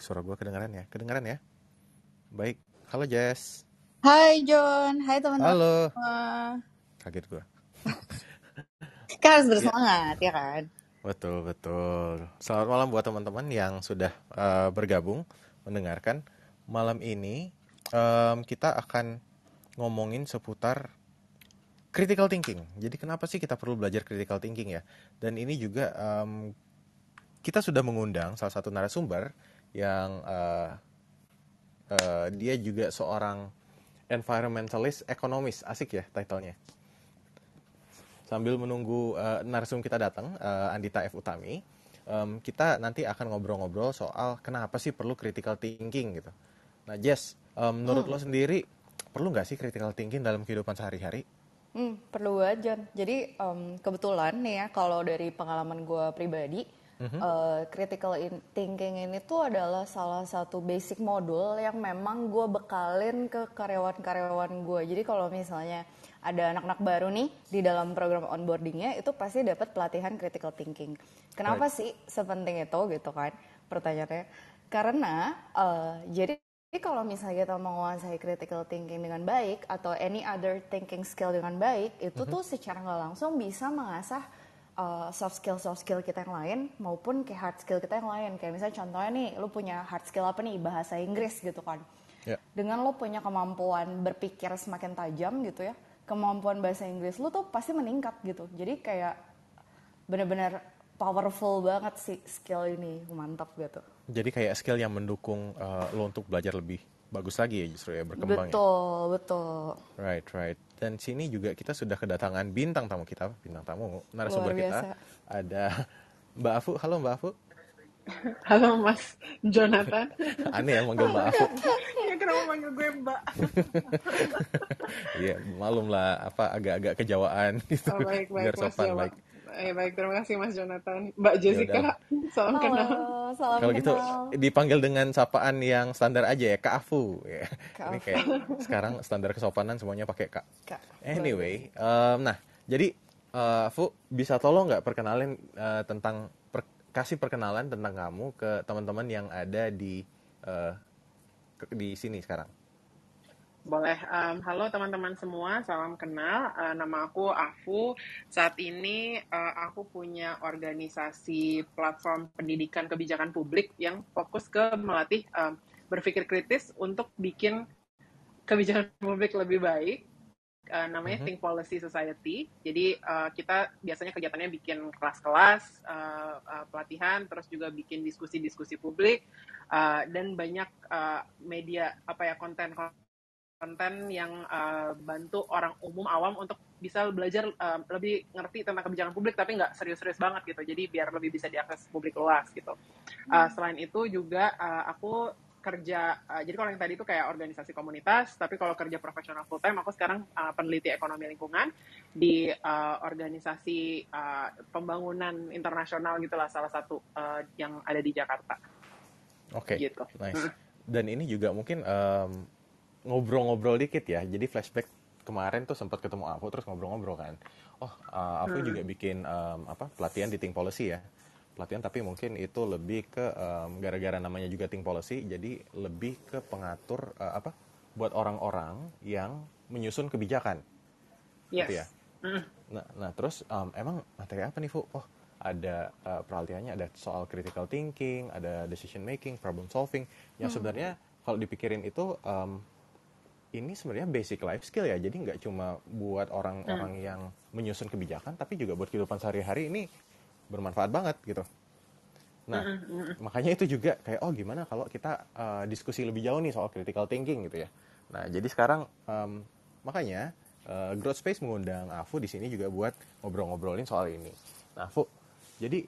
suara gue kedengaran ya? Kedengaran ya? Baik. Halo Jess. Hai John, hai teman-teman Halo. semua. Kaget gue. Kan harus Ya, bersemangat, ya kan? betul, betul. Selamat malam buat teman-teman yang sudah bergabung mendengarkan. Malam ini kita akan ngomongin seputar critical thinking. Jadi kenapa sih kita perlu belajar critical thinking ya? Dan ini juga kita sudah mengundang salah satu narasumber yang dia juga seorang environmentalist ekonomis. Asik ya titlenya. Sambil menunggu narsum kita datang, Andita F. Utami, kita nanti akan ngobrol-ngobrol soal kenapa sih perlu critical thinking gitu. Nah Jess, menurut Hmm, lo sendiri perlu nggak sih critical thinking dalam kehidupan sehari-hari? perlu banget John. Jadi kebetulan nih ya, kalau dari pengalaman gue pribadi, thinking ini tuh adalah salah satu basic modul yang memang gue bekalin ke karyawan-karyawan gue. Jadi kalau misalnya ada anak-anak baru nih di dalam program onboardingnya, itu pasti dapat pelatihan critical thinking. Right. Kenapa sih sepenting itu gitu kan pertanyaannya? Karena jadi kalau misalnya kita menguasai critical thinking dengan baik atau any other thinking skill dengan baik, itu tuh secara nggak langsung bisa mengasah soft skill kita yang lain maupun kayak hard skill kita yang lain. Kayak misalnya contohnya nih, lu punya hard skill apa nih? Bahasa Inggris gitu kan. Ya. Dengan lu punya kemampuan berpikir semakin tajam gitu ya, kemampuan bahasa Inggris lu tuh pasti meningkat gitu. Jadi kayak bener-bener powerful banget sih skill ini, mantap gitu. Jadi kayak skill yang mendukung lo untuk belajar lebih bagus lagi ya justru ya berkembang ya. Betul, betul. Right, right. Dan sini juga kita sudah kedatangan bintang tamu kita, bintang tamu Luar narasumber kita biasa. ada Mbak Afu. Halo Mbak Afu. Halo Mas Jonathan. Aneh ya manggil Mbak Afu. Ya kenapa manggil gue Mbak? Iya, malum lah apa agak-agak kejawaan gitu Oh, baik biar Mas sopan Jawa. baik. Baik, terima kasih Mas Jonathan. Mbak Ya udah. Jessica, salam kenal. Halo, salam Kalau gitu kenal. dipanggil dengan sapaan yang standar aja ya, Kak Afu. Ya. Kak Ini Afu. kayak sekarang standar kesopanan semuanya pakai Kak. Kak, luar biasa. Anyway, nah jadi Fu bisa tolong nggak perkenalin tentang kasih perkenalan tentang kamu ke teman-teman yang ada eh, di sini sekarang. Boleh. Halo teman-teman semua, salam kenal. Nama aku Afu. Saat ini aku punya organisasi platform pendidikan kebijakan publik yang fokus ke melatih berpikir kritis untuk bikin kebijakan publik lebih baik. Namanya Think Policy Society. Jadi kita biasanya kegiatannya bikin kelas-kelas, pelatihan, terus juga bikin diskusi-diskusi publik, dan banyak media konten yang bantu orang umum awam untuk bisa belajar lebih ngerti tentang kebijakan publik tapi nggak serius-serius banget gitu. Jadi biar lebih bisa diakses publik luas gitu. Selain itu juga aku kerja, jadi kalau yang tadi itu kayak organisasi komunitas, tapi kalau kerja profesional full time aku sekarang peneliti ekonomi lingkungan di organisasi pembangunan internasional gitulah, salah satu yang ada di Jakarta. Oke, Gitu. nice. Dan ini juga mungkin ngobrol-ngobrol dikit ya. Jadi flashback kemarin tuh sempat ketemu aku terus ngobrol-ngobrol kan. Oh, aku juga bikin pelatihan di Think Policy ya. Pelatihan tapi mungkin itu lebih ke gara-gara namanya juga Think Policy, jadi lebih ke pengatur buat orang-orang yang menyusun kebijakan. Gitu ya. Yes. Nah terus emang materi apa nih Fu? Oh ada perhatiannya ada soal critical thinking, ada decision making, problem solving. Yang sebenarnya kalau dipikirin itu ini sebenarnya basic life skill ya. Jadi nggak cuma buat orang-orang yang menyusun kebijakan, tapi juga buat kehidupan sehari-hari ini bermanfaat banget gitu. Nah makanya itu juga kayak oh gimana kalau kita diskusi lebih jauh nih soal critical thinking gitu ya. Nah jadi sekarang makanya Growth Space mengundang Afu di sini juga buat ngobrol-ngobrolin soal ini. Nah, Fu, jadi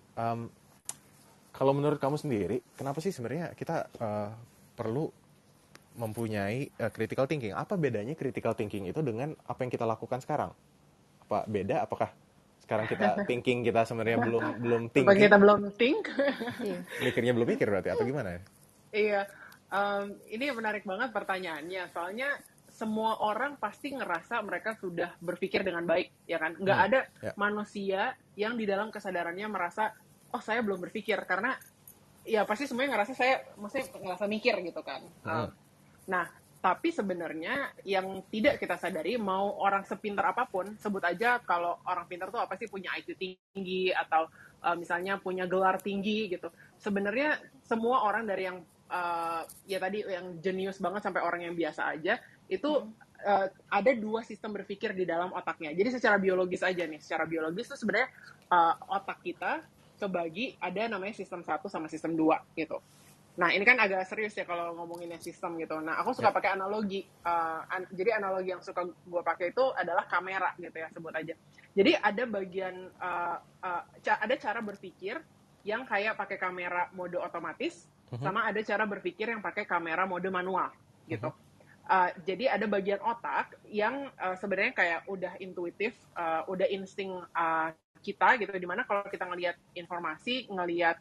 kalau menurut kamu sendiri, kenapa sih sebenarnya kita perlu mempunyai critical thinking? Apa bedanya critical thinking itu dengan apa yang kita lakukan sekarang? Apa beda? Apakah sekarang kita thinking kita sebenarnya belum Apa thinking? kita belum think? Iya. Mikirnya belum mikir berarti atau gimana? Iya, ini menarik banget pertanyaannya. Soalnya semua orang pasti ngerasa mereka sudah berpikir dengan baik, ya kan? Nggak ada Ya. manusia yang di dalam kesadarannya merasa, oh saya belum berpikir, karena ya pasti semuanya ngerasa saya, maksudnya ngerasa mikir gitu kan. Nah, tapi sebenarnya yang tidak kita sadari, mau orang sepintar apapun, sebut aja kalau orang pintar tuh apa sih, punya IQ tinggi atau misalnya punya gelar tinggi gitu. Sebenarnya semua orang dari yang ya tadi yang jenius banget sampai orang yang biasa aja itu ada dua sistem berpikir di dalam otaknya. Jadi secara biologis aja nih, secara biologis tuh sebenarnya otak kita kebagi ada namanya sistem 1 sama sistem 2 gitu. Nah, ini kan agak serius ya kalau ngomonginnya sistem gitu. Nah, aku suka pakai analogi. Jadi analogi yang suka gue pakai itu adalah kamera gitu ya, sebut aja. Jadi ada bagian, ada cara berpikir yang kayak pakai kamera mode otomatis, sama ada cara berpikir yang pakai kamera mode manual gitu. Jadi ada bagian otak yang sebenarnya kayak udah intuitif, udah insting kita gitu, dimana kalau kita ngelihat informasi, ngelihat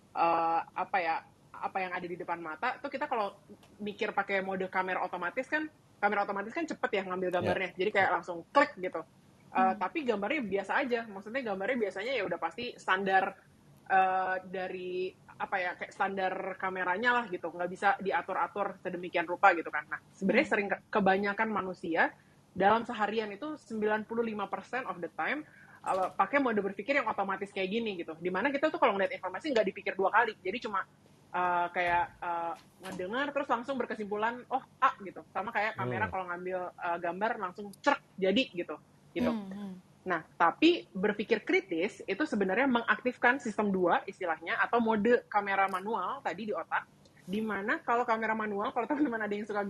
apa yang ada di depan mata tuh, kita kalau mikir pakai mode kamera otomatis kan cepet ya ngambil gambarnya, jadi kayak langsung klik gitu. Tapi gambarnya biasa aja, maksudnya gambarnya biasanya ya udah pasti standar dari kayak standar kameranya lah gitu, nggak bisa diatur-atur sedemikian rupa gitu kan. Nah, sebenarnya sering kebanyakan manusia dalam seharian itu 95% of the time pakai mode berpikir yang otomatis kayak gini gitu. Dimana kita tuh kalau ngeliat informasi nggak dipikir dua kali, jadi cuma ngedengar terus langsung berkesimpulan A gitu. Sama kayak kamera kalau ngambil gambar langsung cerk jadi gitu. Nah, tapi berpikir kritis itu sebenarnya mengaktifkan sistem 2 istilahnya, atau mode kamera manual tadi di otak, di mana kalau kamera manual, kalau teman-teman ada yang suka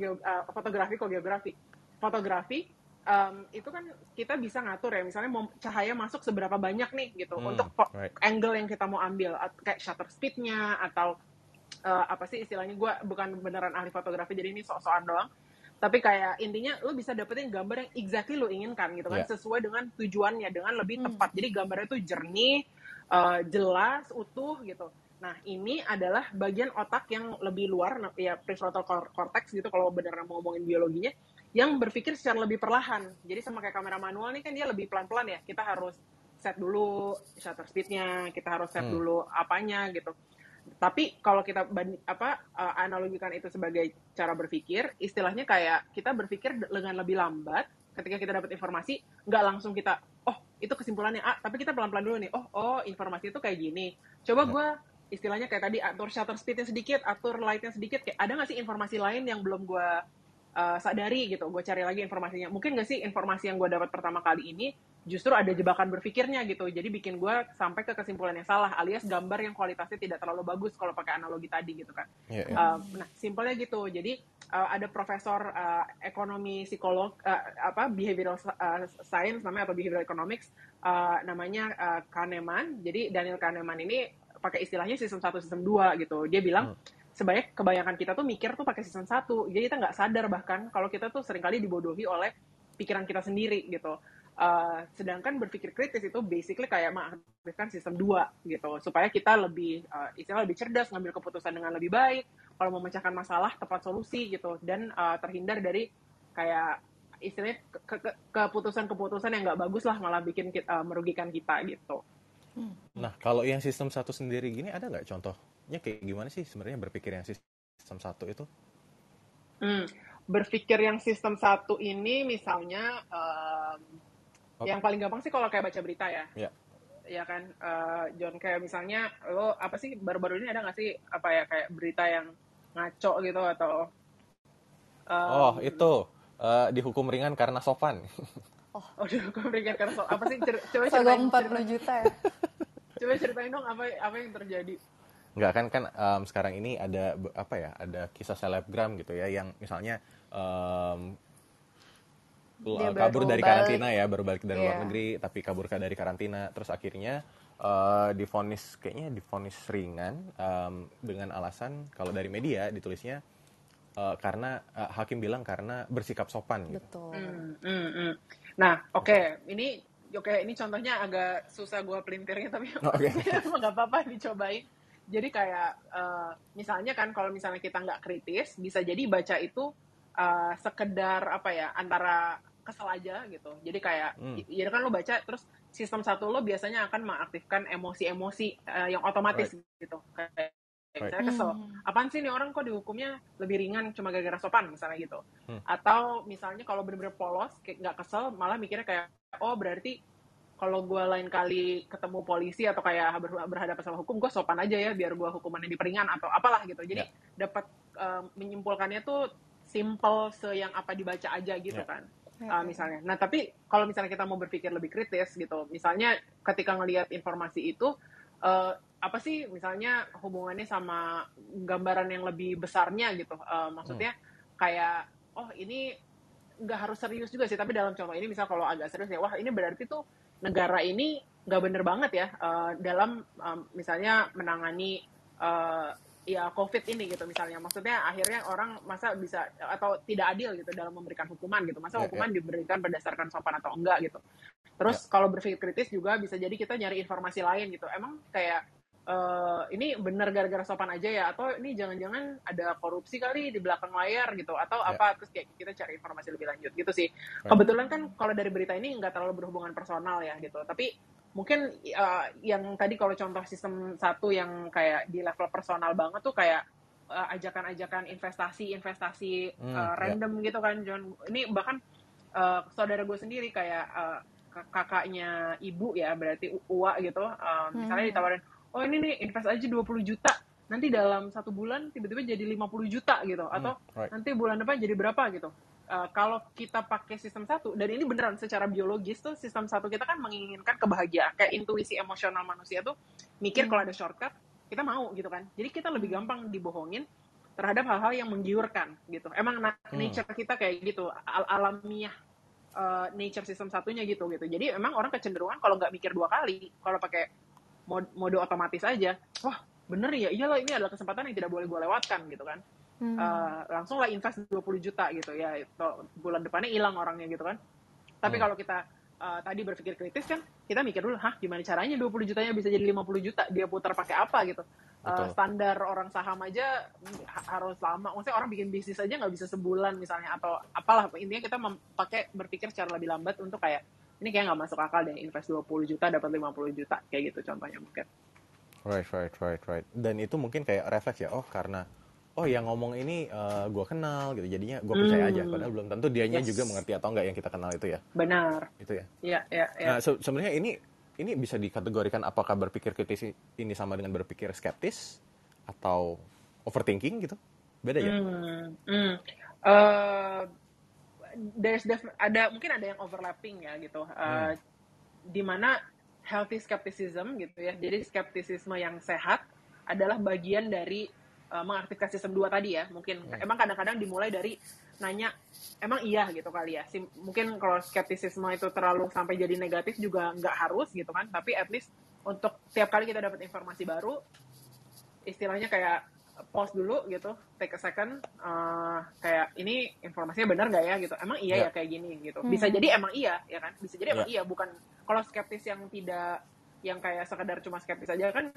fotografi itu kan kita bisa ngatur ya, misalnya mau cahaya masuk seberapa banyak nih gitu, untuk angle yang kita mau ambil, kayak shutter speed-nya atau apa sih istilahnya, gue bukan beneran ahli fotografi jadi ini sok-sokan doang, tapi kayak intinya lo bisa dapetin gambar yang exactly lo inginkan gitu kan, sesuai dengan tujuannya, dengan lebih tepat. Jadi gambarnya tuh jernih, jelas, utuh gitu. Nah, ini adalah bagian otak yang lebih luar, ya prefrontal cortex gitu kalau beneran mau ngomongin biologinya, yang berpikir secara lebih perlahan. Jadi sama kayak kamera manual nih kan dia lebih pelan-pelan ya, kita harus set dulu shutter speed-nya, kita harus set dulu apanya gitu. Tapi kalau kita analogikan itu sebagai cara berpikir, istilahnya kayak kita berpikir dengan lebih lambat. Ketika kita dapat informasi, nggak langsung kita, itu kesimpulannya A, tapi kita pelan-pelan dulu nih, informasi itu kayak gini. Coba gue istilahnya kayak tadi, atur shutter speed-nya sedikit, atur light-nya sedikit, kayak ada nggak sih informasi lain yang belum gue sadari gitu, gue cari lagi informasinya. Mungkin nggak sih informasi yang gue dapat pertama kali ini justru ada jebakan berpikirnya gitu, jadi bikin gue sampai ke kesimpulan yang salah, alias gambar yang kualitasnya tidak terlalu bagus kalau pakai analogi tadi gitu kan. Nah, simpelnya gitu. Jadi ada profesor ekonomi psikolog behavioral science namanya, atau behavioral economics, namanya Kahneman. Jadi Daniel Kahneman ini pakai istilahnya sistem 1 sistem 2 gitu. Dia bilang sebenarnya kebanyakan kita tuh mikir tuh pakai sistem 1, jadi kita nggak sadar bahkan kalau kita tuh seringkali dibodohi oleh pikiran kita sendiri gitu. Sedangkan berpikir kritis itu basically kayak mengaktifkan sistem 2 gitu, supaya kita lebih istilah lebih cerdas, ngambil keputusan dengan lebih baik, kalau mau memecahkan masalah tepat solusi gitu, dan terhindar dari kayak istilahnya keputusan-keputusan yang nggak bagus lah, malah bikin merugikan kita gitu. Nah, kalau yang sistem 1 sendiri gini, ada nggak contohnya kayak gimana sih sebenarnya berpikir yang sistem 1 itu? Berpikir yang sistem 1 ini misalnya yang paling gampang sih kalau kayak baca berita ya. Ya kan, John, kayak misalnya lo apa sih baru-baru ini ada nggak sih kayak berita yang ngaco gitu atau itu dihukum ringan karena sopan. Dihukum ringan karena sopan apa sih? Coba ceritain. 40 juta ya. Coba ceritain dong apa yang terjadi. Enggak kan sekarang ini ada ada kisah selebgram gitu ya, yang misalnya kabur dari karantina ya, baru balik dari luar negeri tapi kabur dari karantina, terus akhirnya divonis ringan dengan alasan, kalau dari media ditulisnya karena hakim bilang karena bersikap sopan gitu. Betul. Nah, ini contohnya agak susah gue pelintirnya, tapi nggak apa-apa dicobain. Jadi kayak misalnya kan kalau misalnya kita nggak kritis, bisa jadi baca itu sekedar antara kesel aja gitu. Jadi kayak ya kan lo baca terus sistem 1 lo biasanya akan mengaktifkan emosi-emosi yang otomatis gitu. Kayak misalnya kesel, apaan sih nih orang kok dihukumnya lebih ringan cuma gara-gara sopan misalnya gitu. Atau misalnya kalau bener-bener polos kayak nggak kesel, malah mikirnya kayak oh berarti kalau gue lain kali ketemu polisi atau kayak berhadapan sama hukum, gue sopan aja ya biar gue hukumannya diperingan atau apalah gitu. Jadi dapat menyimpulkannya tuh simple yang apa dibaca aja gitu kan. Misalnya. Nah tapi kalau misalnya kita mau berpikir lebih kritis gitu, misalnya ketika ngelihat informasi itu apa sih misalnya hubungannya sama gambaran yang lebih besarnya gitu, maksudnya kayak oh ini nggak harus serius juga sih, tapi dalam contoh ini misal kalau agak serius ya, wah ini berarti tuh negara ini nggak bener banget ya dalam misalnya menangani ya COVID ini gitu misalnya, maksudnya akhirnya orang masa bisa atau tidak adil gitu dalam memberikan hukuman gitu, masa hukuman diberikan berdasarkan sopan atau enggak gitu. Terus kalau berpikir kritis juga bisa jadi kita nyari informasi lain gitu, emang kayak ini benar gara-gara sopan aja ya, atau ini jangan-jangan ada korupsi kali di belakang layar gitu, atau apa, terus kayak kita cari informasi lebih lanjut gitu sih. Kebetulan kan kalau dari berita ini nggak terlalu berhubungan personal ya gitu, tapi mungkin yang tadi kalau contoh sistem 1 yang kayak di level personal banget tuh kayak ajakan-ajakan investasi random gitu kan John. Ini bahkan saudara gue sendiri kayak kakaknya ibu ya, berarti Uwa gitu, misalnya ditawarin, oh ini nih invest aja 20 juta, nanti dalam 1 bulan tiba-tiba jadi 50 juta gitu, atau nanti bulan depan jadi berapa gitu. Kalau kita pakai sistem 1, dan ini beneran secara biologis tuh sistem 1 kita kan menginginkan kebahagiaan, kayak intuisi emosional manusia tuh mikir kalau ada shortcut, kita mau gitu kan. Jadi kita lebih gampang dibohongin terhadap hal-hal yang menggiurkan gitu. Emang nature kita kayak gitu, alamiah nature sistem 1-nya gitu. Jadi emang orang kecenderungan kalau nggak mikir 2 kali, kalau pakai mode otomatis aja, wah bener ya, iyalah ini adalah kesempatan yang tidak boleh gue lewatkan gitu kan. Langsung lah invest 20 juta gitu ya, itu bulan depannya hilang orangnya gitu kan. Tapi kalau kita tadi berpikir kritis kan, kita mikir dulu, gimana caranya 20 jutanya bisa jadi 50 juta, dia putar pakai apa gitu. Standar orang saham aja harus lama, maksudnya orang bikin bisnis aja nggak bisa sebulan misalnya, atau apalah, intinya kita berpikir secara lebih lambat untuk kayak, ini kayak nggak masuk akal deh, invest 20 juta dapat 50 juta, kayak gitu contohnya mungkin. Right. Dan itu mungkin kayak refleks ya, karena yang ngomong ini gue kenal gitu, jadinya gue percaya aja, padahal belum tentu dianya juga mengerti atau enggak yang kita kenal itu ya. Benar. Itu ya. Iya. Nah sebenarnya ini bisa dikategorikan apakah berpikir kritis ini sama dengan berpikir skeptis atau overthinking gitu? Beda ya? Mungkin ada yang overlapping ya gitu, di mana healthy skepticism gitu ya, jadi skeptisisme yang sehat adalah bagian dari mengaktifkan sistem 2 tadi ya, mungkin emang kadang-kadang dimulai dari nanya emang iya gitu kali ya, mungkin kalau skeptisisme itu terlalu sampai jadi negatif juga nggak harus gitu kan, tapi at least untuk tiap kali kita dapat informasi baru, istilahnya kayak pause dulu gitu, take a second, kayak ini informasinya benar nggak ya gitu, emang iya ya kayak gini gitu, bisa jadi emang iya ya kan, bisa jadi emang iya, bukan kalau skeptis yang tidak, yang kayak sekedar cuma skeptis aja kan,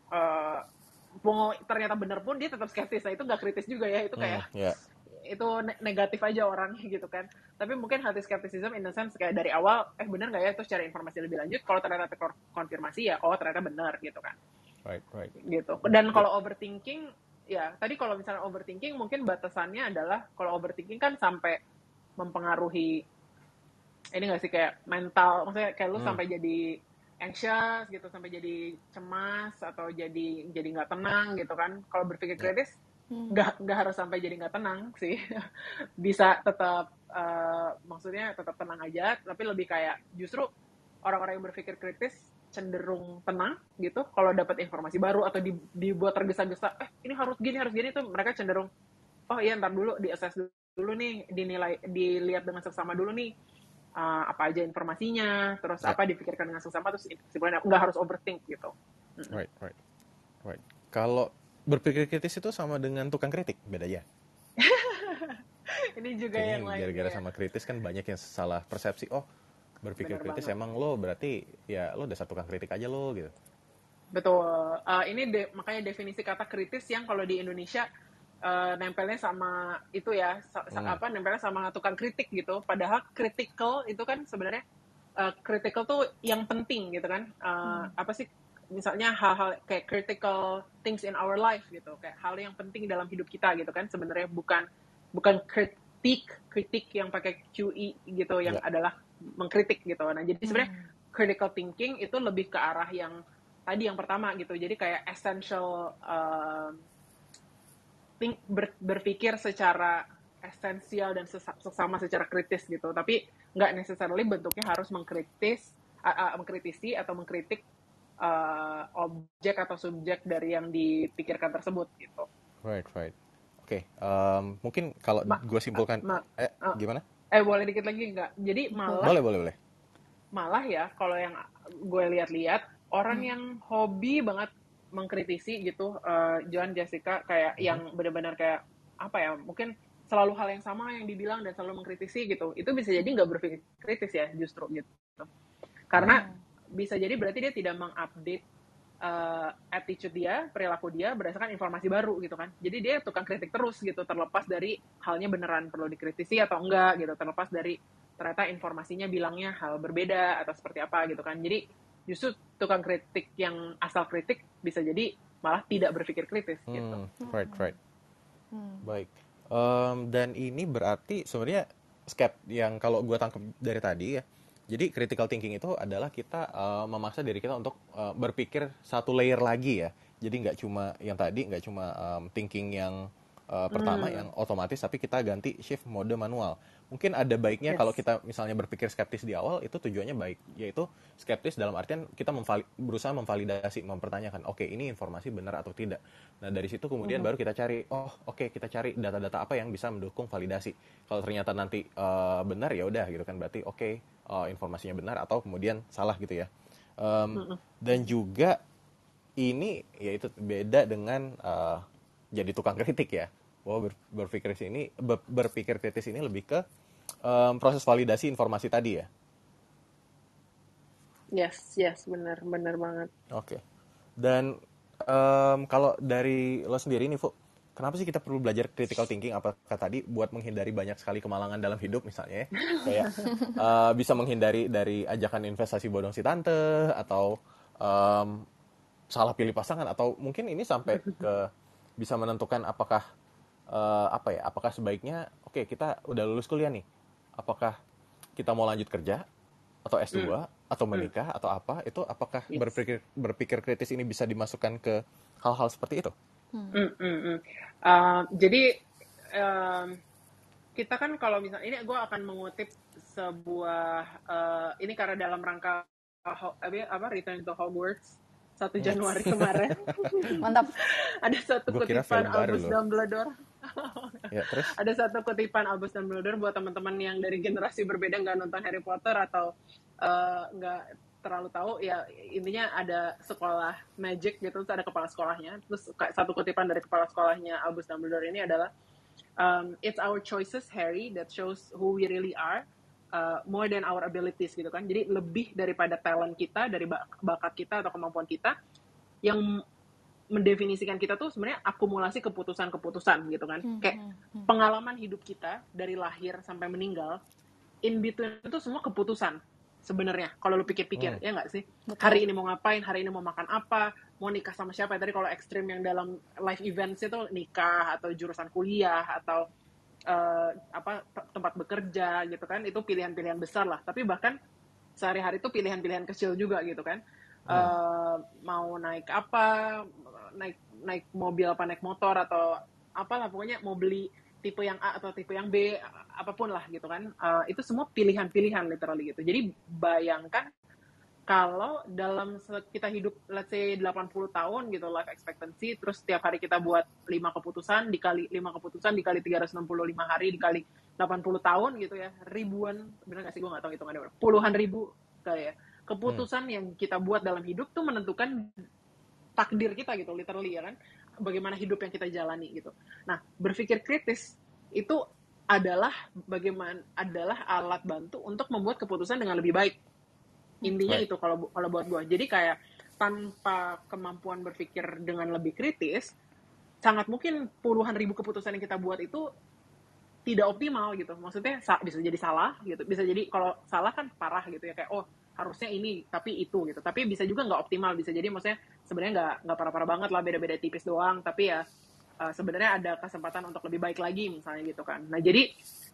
mau ternyata benar pun dia tetap skeptis, nah itu nggak kritis juga ya, itu kayak itu negatif aja orangnya gitu kan. Tapi mungkin healthy skepticism in the sense kayak dari awal benar nggak ya, terus cari informasi lebih lanjut, kalau ternyata terkonfirmasi ya ternyata benar gitu kan. Right. Gitu. Dan kalau overthinking, ya tadi kalau misalnya overthinking mungkin batasannya adalah, kalau overthinking kan sampai mempengaruhi ini nggak sih, kayak mental, maksudnya kayak lu sampai jadi anxious gitu, sampai jadi cemas atau jadi nggak tenang gitu kan. Kalau berpikir kritis nggak harus sampai jadi nggak tenang sih, bisa tetap maksudnya tetap tenang aja, tapi lebih kayak justru orang-orang yang berpikir kritis cenderung tenang gitu kalau dapat informasi baru atau dibuat tergesa-gesa, ini harus gini tuh mereka cenderung ntar dulu di-assess dulu nih, dilihat dengan seksama dulu nih, apa aja informasinya, terus apa dipikirkan dengan seksama, terus sebenarnya nggak harus overthink gitu. Right. Kalau berpikir kritis itu sama dengan tukang kritik, beda ya? Ini juga kayaknya yang lain. Gara-gara sama kritis kan banyak yang salah persepsi. Berpikir bener kritis banget. Emang lo berarti ya lo dasar tukang kritik aja lo gitu. Betul. Ini makanya definisi kata kritis yang kalau di Indonesia nempelnya sama itu ya, nempelnya sama tukang kritik gitu. Padahal critical itu kan sebenarnya critical tuh yang penting gitu kan. Apa sih misalnya hal-hal kayak critical things in our life gitu, kayak hal yang penting dalam hidup kita gitu kan, sebenarnya bukan kritik yang pakai QE gitu, yang Ya. adalah mengkritik gitu. Nah jadi sebenarnya critical thinking itu lebih ke arah yang tadi yang pertama gitu, jadi kayak essential berpikir secara esensial dan sesama secara kritis gitu, tapi nggak necessarily bentuknya harus mengkritisi atau mengkritik objek atau subjek dari yang dipikirkan tersebut gitu. Right. Oke, mungkin kalau gue simpulkan, gimana? Boleh dikit lagi nggak? Jadi Boleh. malah ya kalau yang gue lihat-lihat orang yang hobi banget mengkritisi gitu, Joan, Jessica, kayak yang benar-benar kayak apa ya, mungkin selalu hal yang sama yang dibilang dan selalu mengkritisi gitu, itu bisa jadi nggak berpikir kritis ya justru gitu, karena bisa jadi berarti dia tidak mengupdate attitude dia, perilaku dia berdasarkan informasi baru gitu kan. Jadi dia tukang kritik terus gitu, terlepas dari halnya beneran perlu dikritisi atau enggak gitu, terlepas dari ternyata informasinya bilangnya hal berbeda atau seperti apa gitu kan. Jadi justru tukang kritik yang asal kritik bisa jadi malah tidak berpikir kritis gitu. Right. Baik. Dan ini berarti sebenarnya yang kalau gue tangkap dari tadi ya, jadi critical thinking itu adalah kita memaksa diri kita untuk berpikir satu layer lagi ya. Jadi nggak cuma thinking yang pertama yang otomatis, tapi kita ganti shift mode manual. Mungkin ada baiknya kalau kita misalnya berpikir skeptis di awal, itu tujuannya baik, yaitu skeptis dalam artian kita berusaha memvalidasi, mempertanyakan, oke, ini informasi benar atau tidak. Nah dari situ kemudian baru kita cari, kita cari data-data apa yang bisa mendukung validasi. Kalau ternyata nanti benar ya udah gitu kan, berarti informasinya benar, atau kemudian salah gitu ya. Dan juga ini yaitu beda dengan jadi tukang kritik ya. Berpikir kritis ini lebih ke proses validasi informasi tadi ya. Yes, benar banget. Oke. Dan kalau dari lo sendiri nih, Fu, kenapa sih kita perlu belajar critical thinking? Apakah tadi buat menghindari banyak sekali kemalangan dalam hidup misalnya ya? Kayak bisa menghindari dari ajakan investasi bodong si tante, atau salah pilih pasangan, atau mungkin ini sampai ke bisa menentukan apakah apakah sebaiknya kita udah lulus kuliah nih, apakah kita mau lanjut kerja atau S2 atau menikah atau apa, itu apakah berpikir kritis ini bisa dimasukkan ke hal-hal seperti itu? Jadi kita kan kalau misalnya ini gue akan mengutip sebuah ini karena dalam rangka Return to Hogwarts 1 Januari kemarin. Mantap. Ada satu kutipan Albus Dumbledore. Ya, terus? Ada satu kutipan Albus Dumbledore buat teman-teman yang dari generasi berbeda nggak nonton Harry Potter atau nggak terlalu tahu ya, intinya ada sekolah magic gitu, terus ada kepala sekolahnya, terus satu kutipan dari kepala sekolahnya Albus Dumbledore ini adalah it's our choices, Harry, that shows who we really are, more than our abilities gitu kan. Jadi lebih daripada talent kita, dari bakat kita atau kemampuan kita, yang mendefinisikan kita tuh sebenarnya akumulasi keputusan-keputusan gitu kan. Kayak pengalaman hidup kita dari lahir sampai meninggal, in between itu semua keputusan sebenarnya. Kalau lu pikir-pikir, ya nggak sih? Betul. Hari ini mau ngapain, hari ini mau makan apa, mau nikah sama siapa. Tadi kalau ekstrim yang dalam life events itu nikah atau jurusan kuliah atau tempat bekerja gitu kan, itu pilihan-pilihan besar lah. Tapi bahkan sehari-hari itu pilihan-pilihan kecil juga gitu kan. Mau naik apa, naik mobil apa, naik motor atau apalah, pokoknya mau beli tipe yang A atau tipe yang B, apapun lah gitu kan. Itu semua pilihan-pilihan literally gitu. Jadi bayangkan kalau dalam kita hidup let's say 80 tahun gitu life expectancy, terus setiap hari kita buat 5 keputusan dikali 365 hari dikali 80 tahun gitu ya, ribuan, bener gak sih, gue gak tahu hitungannya berapa, puluhan ribu kali ya, keputusan yang kita buat dalam hidup tuh menentukan takdir kita gitu literally ya kan, bagaimana hidup yang kita jalani gitu. Nah, berpikir kritis itu adalah alat bantu untuk membuat keputusan dengan lebih baik. Intinya itu kalau buat gue. Jadi kayak tanpa kemampuan berpikir dengan lebih kritis, sangat mungkin puluhan ribu keputusan yang kita buat itu tidak optimal gitu. Maksudnya bisa jadi salah gitu. Bisa jadi kalau salah kan parah gitu ya, kayak harusnya ini tapi itu gitu. Tapi bisa juga nggak optimal, bisa jadi maksudnya sebenarnya nggak parah-parah banget lah, beda-beda tipis doang, tapi ya sebenarnya ada kesempatan untuk lebih baik lagi misalnya gitu kan. Nah jadi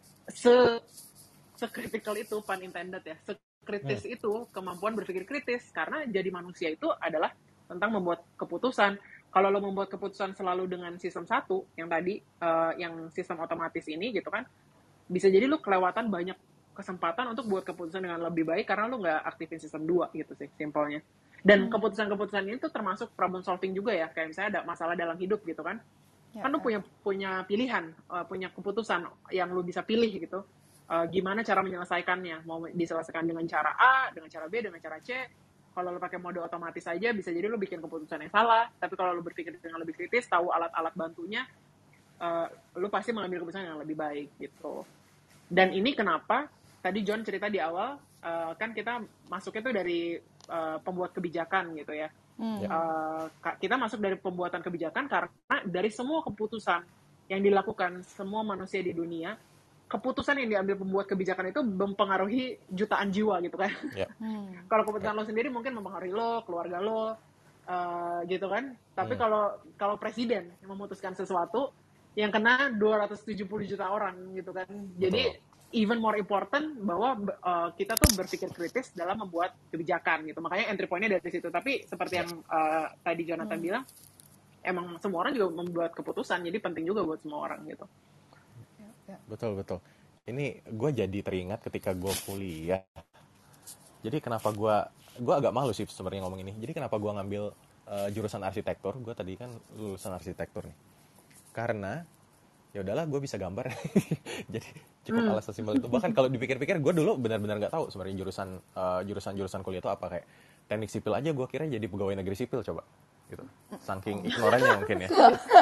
se-critical itu, pun intended ya, sekritis itu kemampuan berpikir kritis, karena jadi manusia itu adalah tentang membuat keputusan. Kalau lo membuat keputusan selalu dengan sistem satu, yang tadi, yang sistem otomatis ini gitu kan, bisa jadi lo kelewatan banyak kesempatan untuk buat keputusan dengan lebih baik karena lo nggak aktifin sistem 2 gitu sih, simpelnya. Dan keputusan-keputusan ini tuh termasuk problem solving juga ya, kayak misalnya ada masalah dalam hidup gitu kan. Kan lo punya pilihan, punya keputusan yang lo bisa pilih gitu. Gimana cara menyelesaikannya, mau diselesaikan dengan cara A, dengan cara B, dengan cara C. Kalau lo pakai mode otomatis aja bisa jadi lo bikin keputusan yang salah, tapi kalau lo berpikir dengan lebih kritis, tahu alat-alat bantunya, lo pasti mengambil keputusan yang lebih baik gitu. Dan ini kenapa tadi John cerita di awal, kan kita masuknya tuh dari pembuat kebijakan gitu ya. Kita masuk dari pembuatan kebijakan karena dari semua keputusan yang dilakukan semua manusia di dunia, keputusan yang diambil pembuat kebijakan itu mempengaruhi jutaan jiwa gitu kan. Kalau keputusan lo sendiri mungkin mempengaruhi lo, keluarga lo, gitu kan. Tapi kalau presiden yang memutuskan sesuatu, yang kena 270 juta orang gitu kan. Jadi even more important bahwa kita tuh berpikir kritis dalam membuat kebijakan gitu. Makanya entry point-nya dari situ. Tapi seperti yang tadi Jonathan bilang, emang semua orang juga membuat keputusan, jadi penting juga buat semua orang gitu. Betul. Ini gue jadi teringat ketika gue kuliah. Jadi kenapa gue agak malu sih sebenarnya ngomong ini. Jadi kenapa gue ngambil jurusan arsitektur? Gue tadi kan lulusan arsitektur nih. Karena ya udahlah gue bisa gambar. Jadi cukup alasan simpel itu. Bahkan kalau dipikir-pikir gue dulu benar-benar nggak tahu sebenarnya jurusan kuliah itu apa. Kayak teknik sipil aja gue kira jadi pegawai negeri sipil coba. Gitu. Saking ignorannya mungkin ya.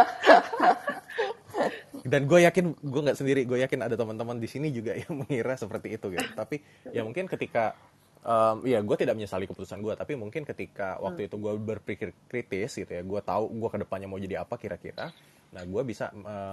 Dan gue yakin gue nggak sendiri, gue yakin ada teman-teman di sini juga yang mengira seperti itu gitu. Tapi ya mungkin ketika ya gue tidak menyesali keputusan gue, tapi mungkin ketika waktu itu gue berpikir kritis gitu ya, gue tahu gue kedepannya mau jadi apa kira-kira, nah gue bisa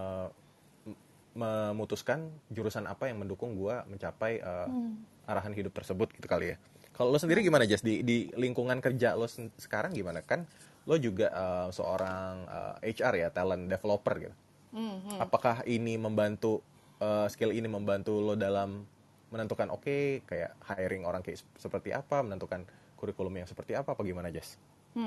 memutuskan jurusan apa yang mendukung gue mencapai arahan hidup tersebut gitu kali ya. Kalau lo sendiri gimana Jess, di lingkungan kerja lo sekarang gimana, kan lo juga seorang HR ya, talent developer gitu. Apakah ini membantu, skill ini membantu lo dalam menentukan kayak hiring orang kayak seperti apa, menentukan kurikulum yang seperti apa gimana Jess?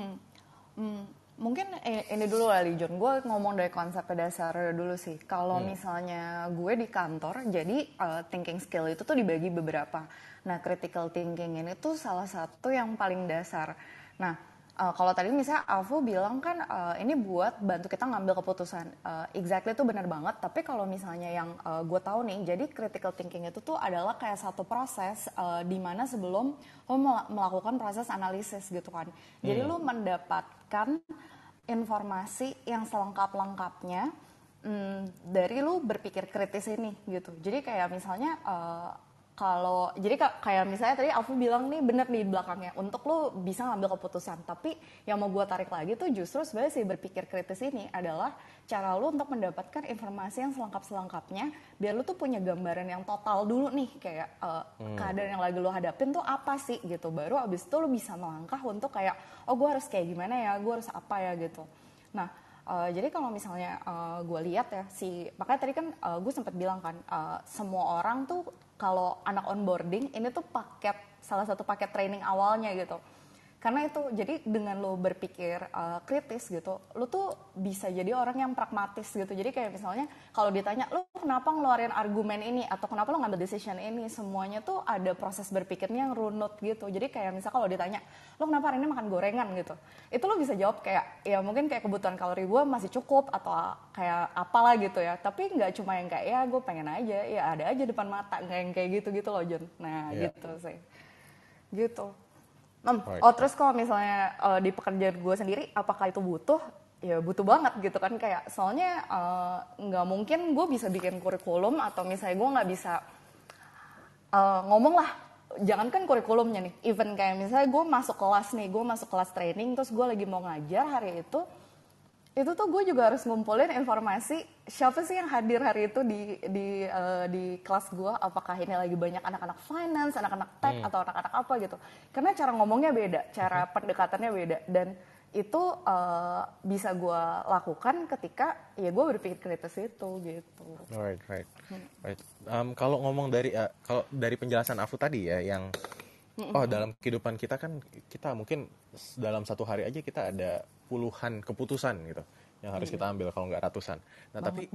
Mungkin ini dulu kali John, gue ngomong dari konsep dasar dulu sih. Kalau misalnya gue di kantor, jadi thinking skill itu tuh dibagi beberapa. Nah, critical thinking ini tuh salah satu yang paling dasar. Nah, kalau tadi misalnya Alfu bilang kan ini buat bantu kita ngambil keputusan. Exactly itu benar banget. Tapi kalau misalnya yang gue tahu nih, jadi critical thinking itu tuh adalah kayak satu proses di mana sebelum lo melakukan proses analisis gitu kan. Jadi lo mendapatkan informasi yang selengkap-lengkapnya dari lo berpikir kritis ini gitu. Jadi kayak misalnya jadi kayak misalnya tadi Alfu bilang nih bener nih di belakangnya, untuk lo bisa ngambil keputusan, tapi yang mau gue tarik lagi tuh justru sebenarnya sih berpikir kritis ini adalah cara lo untuk mendapatkan informasi yang selengkap-selengkapnya biar lo tuh punya gambaran yang total dulu nih, kayak keadaan yang lagi lo hadapin tuh apa sih gitu, baru abis itu lo bisa melangkah untuk kayak gue harus kayak gimana ya, gue harus apa ya gitu. Nah, jadi kalau misalnya gue lihat ya, makanya tadi kan gue sempat bilang kan, semua orang tuh kalau anak onboarding ini tuh salah satu paket training awalnya gitu. Karena itu, jadi dengan lo berpikir kritis gitu, lo tuh bisa jadi orang yang pragmatis gitu. Jadi kayak misalnya kalau ditanya, lo kenapa ngeluarin argumen ini atau kenapa lo ngambil decision ini, semuanya tuh ada proses berpikirnya yang runut gitu. Jadi kayak misalnya kalau ditanya, lo kenapa hari ini makan gorengan gitu, itu lo bisa jawab kayak, ya mungkin kayak kebutuhan kalori gue masih cukup atau kayak apalah gitu ya. Tapi nggak cuma yang kayak, ya gue pengen aja, ya ada aja depan mata, nggak yang kayak gitu-gitu loh John. Nah gitu sih, gitu. Terus kalau misalnya di pekerjaan gue sendiri, apakah itu butuh? Ya butuh banget gitu kan, kayak soalnya nggak mungkin gue bisa bikin kurikulum atau misalnya gue nggak bisa ngomong lah, jangankan kurikulumnya nih, even kayak misalnya gue masuk kelas training, terus gue lagi mau ngajar hari itu itu tuh gue juga harus ngumpulin informasi siapa sih yang hadir hari itu di kelas gue, apakah ini lagi banyak anak-anak finance, anak-anak tech atau anak-anak apa gitu, karena cara ngomongnya beda, cara pendekatannya beda, dan itu bisa gue lakukan ketika ya gue berpikir kritis itu gitu. Right. Kalau ngomong dari kalau dari penjelasan Afu tadi ya, yang dalam kehidupan kita kan kita mungkin dalam satu hari aja kita ada puluhan keputusan gitu yang harus kita ambil, kalau nggak ratusan. Nah, tapi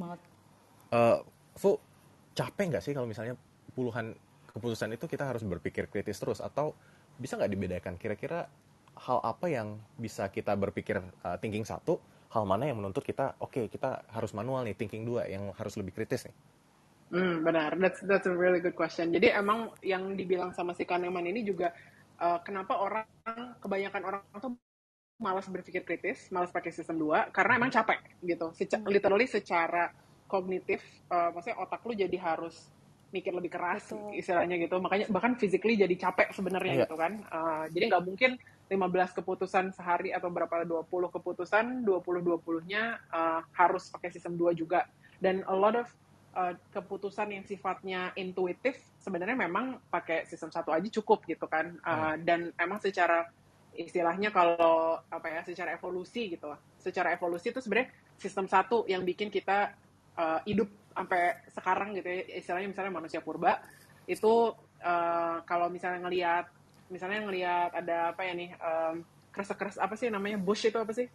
Fu, capek nggak sih kalau misalnya puluhan keputusan itu kita harus berpikir kritis terus, atau bisa nggak dibedakan kira-kira hal apa yang bisa kita berpikir thinking satu, hal mana yang menuntut kita kita harus manual nih, thinking dua, yang harus lebih kritis nih? Benar, that's a really good question. Jadi emang yang dibilang sama si Kahneman ini juga kenapa kebanyakan orang tuh malas berpikir kritis, malas pakai sistem 2, karena emang capek gitu. Literally secara kognitif, maksudnya otak lu jadi harus mikir lebih keras istilahnya gitu. Makanya bahkan physically jadi capek sebenarnya gitu kan. Jadi nggak mungkin 15 keputusan sehari atau berapa 20 keputusan, 20-20-nya harus pakai sistem 2 juga. Dan a lot of keputusan yang sifatnya intuitif sebenarnya memang pakai sistem 1 aja cukup gitu kan. Dan emang secara istilahnya kalau secara evolusi gitu lah. Secara evolusi itu sebenarnya sistem 1 yang bikin kita hidup sampai sekarang gitu ya. Istilahnya misalnya manusia purba itu kalau misalnya ngelihat ada apa ya nih, kresek-kresek apa sih namanya, bush itu apa sih?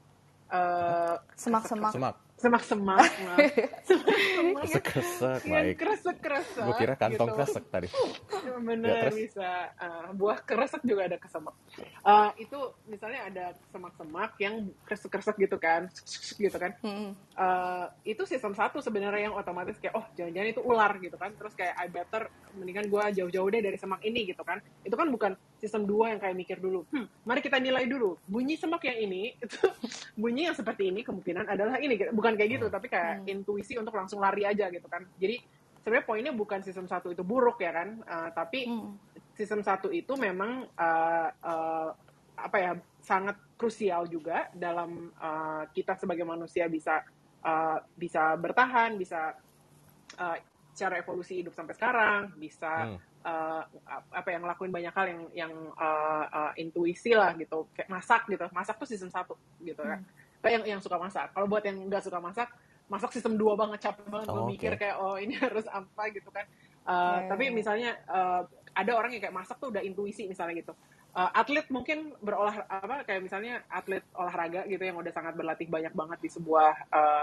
Semak-semak. Semak-semak. Kresek-kresek, baik. Kresek-kresek. Gue kira kantong gitu. kresek tadi. Bener, bisa. Buah kresek juga ada kesemak. Itu misalnya ada semak-semak yang kresek-kresek gitu kan. Gitu kan. Itu sistem 1 sebenarnya yang otomatis kayak, jangan-jangan itu ular gitu kan. Terus kayak, I better, mendingan gue jauh-jauh deh dari semak ini gitu kan. Itu kan bukan sistem 2 yang kayak mikir dulu. Mari kita nilai dulu. Bunyi semak yang ini, itu bunyi yang seperti ini kemungkinan adalah ini. Bukan kayak gitu, tapi kayak intuisi untuk langsung lari aja gitu kan. Jadi sebenarnya poinnya bukan sistem 1 itu buruk ya kan, tapi sistem 1 itu memang sangat krusial juga dalam kita sebagai manusia bisa bertahan, bisa secara evolusi hidup sampai sekarang, bisa ngelakuin banyak hal yang intuisi lah gitu, kayak masak tuh sistem 1 gitu kan. Yang suka masak. Kalau buat yang nggak suka masak sistem 2 banget, capek banget gue mikir kayak ini harus apa gitu kan. Tapi misalnya ada orang yang kayak masak tuh udah intuisi misalnya gitu. Atlet mungkin kayak misalnya atlet olahraga gitu yang udah sangat berlatih banyak banget di sebuah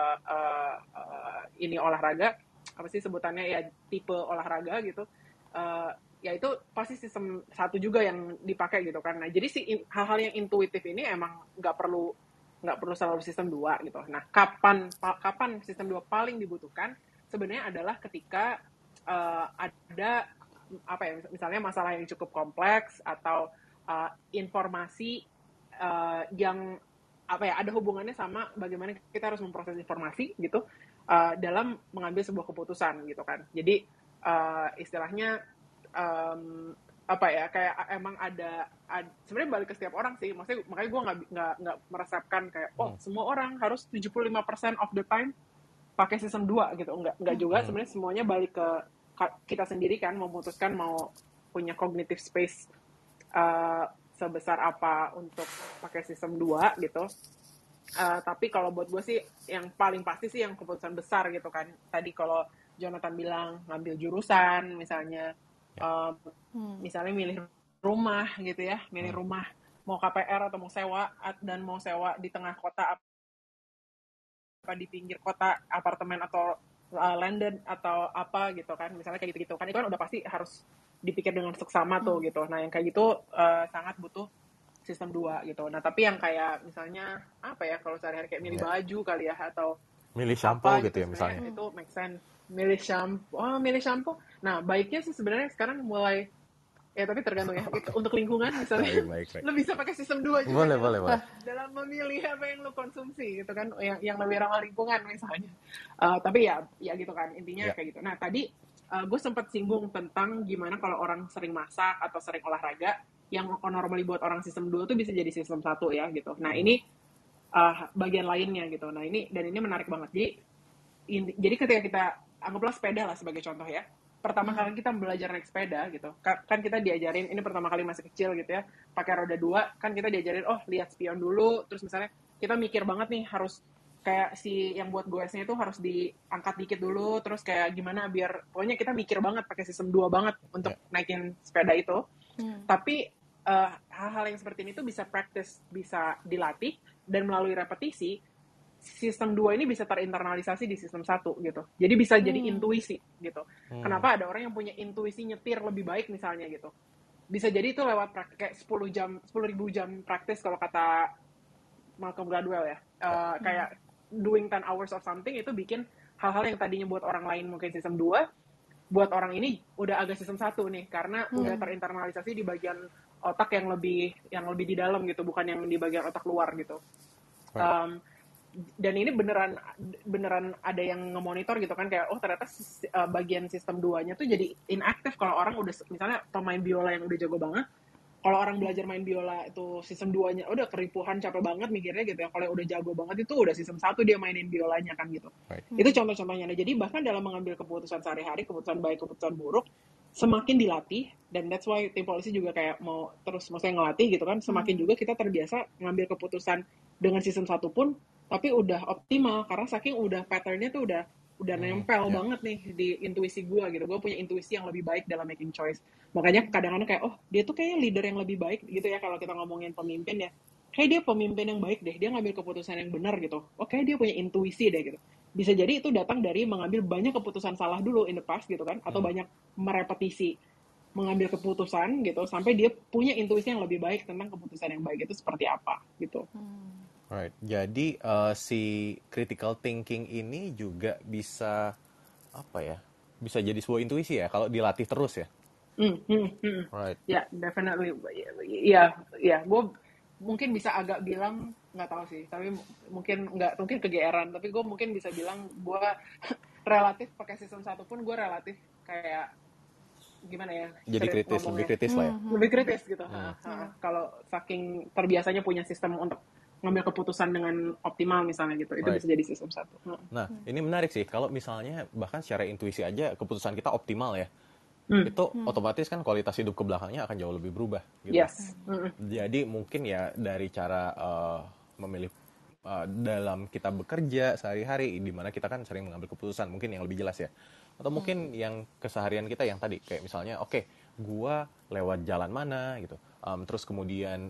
ini olahraga, apa sih sebutannya ya, tipe olahraga gitu. Ya itu pasti sistem 1 juga yang dipakai gitu kan. Nah, jadi hal-hal yang intuitif ini emang nggak perlu selalu sistem 2 gitu. Nah, kapan sistem 2 paling dibutuhkan sebenarnya adalah ketika ada misalnya masalah yang cukup kompleks atau informasi yang ada hubungannya sama bagaimana kita harus memproses informasi gitu dalam mengambil sebuah keputusan gitu kan. Jadi istilahnya kayak emang ada sebenarnya balik ke setiap orang sih, maksudnya makanya gue nggak meresepkan kayak semua orang harus 75% of the time pakai sistem 2 gitu, nggak juga. Sebenarnya semuanya balik ke kita sendiri kan, memutuskan mau punya cognitive space sebesar apa untuk pakai sistem 2 gitu. Tapi kalau buat gue sih yang paling pasti sih yang keputusan besar gitu kan. Tadi kalau Jonathan bilang ngambil jurusan misalnya, misalnya milih rumah gitu ya, milih rumah mau KPR atau mau sewa, dan mau sewa di tengah kota apa di pinggir kota, apartemen atau landed atau apa gitu kan, misalnya kayak gitu-gitu kan, itu kan udah pasti harus dipikir dengan seksama tuh gitu. Nah yang kayak gitu sangat butuh sistem 2 gitu. Nah tapi yang kayak misalnya kalau sehari-hari kayak milih baju kali ya, atau milih shampoo gitu ya misalnya, itu make sense. Milih shampoo. Nah, baiknya sih sebenarnya sekarang mulai, tapi tergantung ya. Untuk lingkungan misalnya, baik. lo bisa pakai sistem 2 juga. Boleh. Dalam memilih apa yang lo konsumsi gitu kan, yang lebih ramah lingkungan misalnya. Tapi ya gitu kan, intinya kayak gitu. Nah, tadi gue sempat singgung tentang gimana kalau orang sering masak atau sering olahraga, yang normally buat orang sistem 2 tuh bisa jadi sistem 1 ya gitu. Nah, ini bagian lainnya gitu. Nah ini menarik banget. Jadi ketika kita anggaplah sepeda lah sebagai contoh ya. Pertama kali kita belajar naik sepeda gitu, kan kita diajarin ini pertama kali masih kecil gitu ya, pakai roda 2, kan kita diajarin lihat spion dulu, terus misalnya kita mikir banget nih harus kayak si yang buat goesnya itu harus diangkat dikit dulu, terus kayak gimana biar pokoknya kita mikir banget pakai sistem 2 banget untuk naikin sepeda itu. Tapi hal-hal yang seperti ini tuh bisa practice, bisa dilatih, dan melalui repetisi sistem 2 ini bisa terinternalisasi di sistem 1 gitu. Jadi bisa jadi intuisi gitu. Kenapa ada orang yang punya intuisi nyetir lebih baik misalnya gitu. Bisa jadi itu lewat kayak 10.000 jam praktis kalau kata Malcolm Gladwell ya. Kayak doing 10 hours of something itu bikin hal-hal yang tadinya buat orang lain mungkin sistem 2, buat orang ini udah agak sistem 1 nih karena udah terinternalisasi di bagian otak yang lebih di dalam gitu, bukan yang di bagian otak luar gitu. Dan ini beneran ada yang ngemonitor gitu kan, kayak ternyata bagian sistem 2-nya tuh jadi inaktif kalau orang udah misalnya pemain biola yang udah jago banget. Kalau orang belajar main biola itu sistem 2-nya udah keripuhan, capek banget mikirnya gitu ya. Kalau udah jago banget itu udah sistem 1 dia mainin biolanya kan gitu. Itu contoh-contohnya. Nah, jadi bahkan dalam mengambil keputusan sehari-hari, keputusan baik, keputusan buruk, semakin dilatih, dan that's why tim polisi juga kayak mau terus maksudnya ngelatih gitu kan, semakin juga kita terbiasa ngambil keputusan dengan sistem 1 pun tapi udah optimal karena saking udah patternnya tuh udah nempel banget nih di intuisi gue gitu. Gue punya intuisi yang lebih baik dalam making choice. Makanya kadang-kadang kayak dia tuh kayaknya leader yang lebih baik gitu ya kalau kita ngomongin pemimpin ya. Kayak dia pemimpin yang baik deh, dia ngambil keputusan yang benar gitu. Kayak dia punya intuisi deh gitu. Bisa jadi itu datang dari mengambil banyak keputusan salah dulu in the past gitu kan, atau banyak merepetisi mengambil keputusan gitu sampai dia punya intuisi yang lebih baik tentang keputusan yang baik itu seperti apa gitu. Right. Jadi si critical thinking ini juga bisa bisa jadi sebuah intuisi ya kalau dilatih terus ya. Right. Ya, definitely. Ya, gue mungkin bisa agak bilang nggak tahu sih, tapi mungkin kegeeran, tapi gue mungkin bisa bilang gue relatif pakai sistem 1 pun gue relatif kayak gimana ya? Jadi lebih kritis lah ya. Lebih kritis gitu. Kalau saking terbiasanya punya sistem untuk ngambil keputusan dengan optimal misalnya gitu, itu bisa jadi sistem 1. Nah, ini menarik sih kalau misalnya bahkan secara intuisi aja keputusan kita optimal ya, itu otomatis kan kualitas hidup ke belakangnya akan jauh lebih berubah gitu. Yes. Jadi mungkin ya dari cara memilih dalam kita bekerja sehari-hari, di mana kita kan sering mengambil keputusan mungkin yang lebih jelas ya, atau mungkin yang keseharian kita yang tadi kayak misalnya gua lewat jalan mana gitu, terus kemudian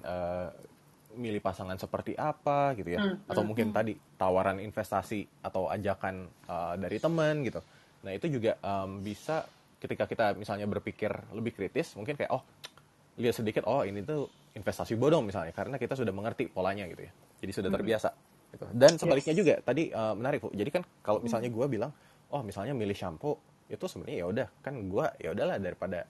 milih pasangan seperti apa gitu ya, atau mungkin tadi tawaran investasi atau ajakan dari teman gitu. Nah itu juga bisa ketika kita misalnya berpikir lebih kritis, mungkin kayak lihat sedikit ini tuh investasi bodong misalnya, karena kita sudah mengerti polanya gitu ya, jadi sudah terbiasa gitu. Dan sebaliknya juga tadi menarik Bu, jadi kan kalau misalnya gue bilang misalnya milih shampoo itu sebenarnya ya udah kan gue ya udahlah daripada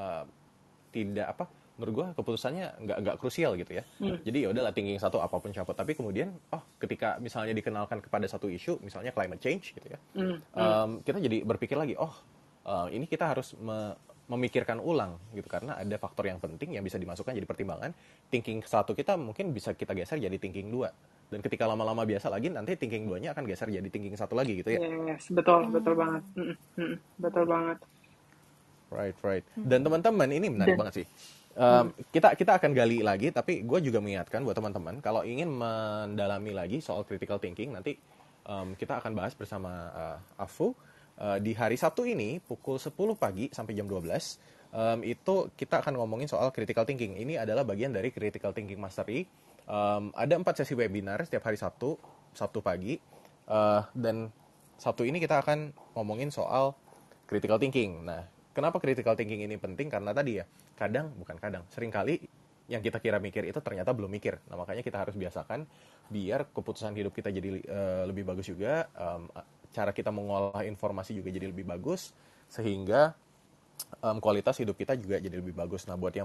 tidak menurut gue keputusannya nggak krusial gitu ya. Jadi ya udahlah thinking 1 apapun shampoo, tapi kemudian ketika misalnya dikenalkan kepada satu isu misalnya climate change gitu ya, kita jadi berpikir lagi ini kita harus memikirkan ulang gitu, karena ada faktor yang penting yang bisa dimasukkan jadi pertimbangan. Thinking 1 kita mungkin bisa kita geser jadi thinking 2, dan ketika lama-lama biasa lagi nanti thinking 2-nya akan geser jadi thinking 1 lagi gitu ya. Yes, betul banget. Betul banget. Right. Dan teman-teman ini menarik banget sih. Kita akan gali lagi, tapi gue juga mengingatkan buat teman-teman kalau ingin mendalami lagi soal critical thinking, nanti kita akan bahas bersama Afu di hari Sabtu ini pukul 10 pagi sampai jam 12. Itu kita akan ngomongin soal critical thinking. Ini adalah bagian dari critical thinking mastery. Ada 4 sesi webinar setiap hari Sabtu pagi, dan Sabtu ini kita akan ngomongin soal critical thinking. Nah, kenapa critical thinking ini penting? Karena tadi ya, seringkali yang kita kira mikir itu ternyata belum mikir. Nah, makanya kita harus biasakan biar keputusan hidup kita jadi lebih bagus juga, cara kita mengolah informasi juga jadi lebih bagus, sehingga kualitas hidup kita juga jadi lebih bagus. Nah, buat yang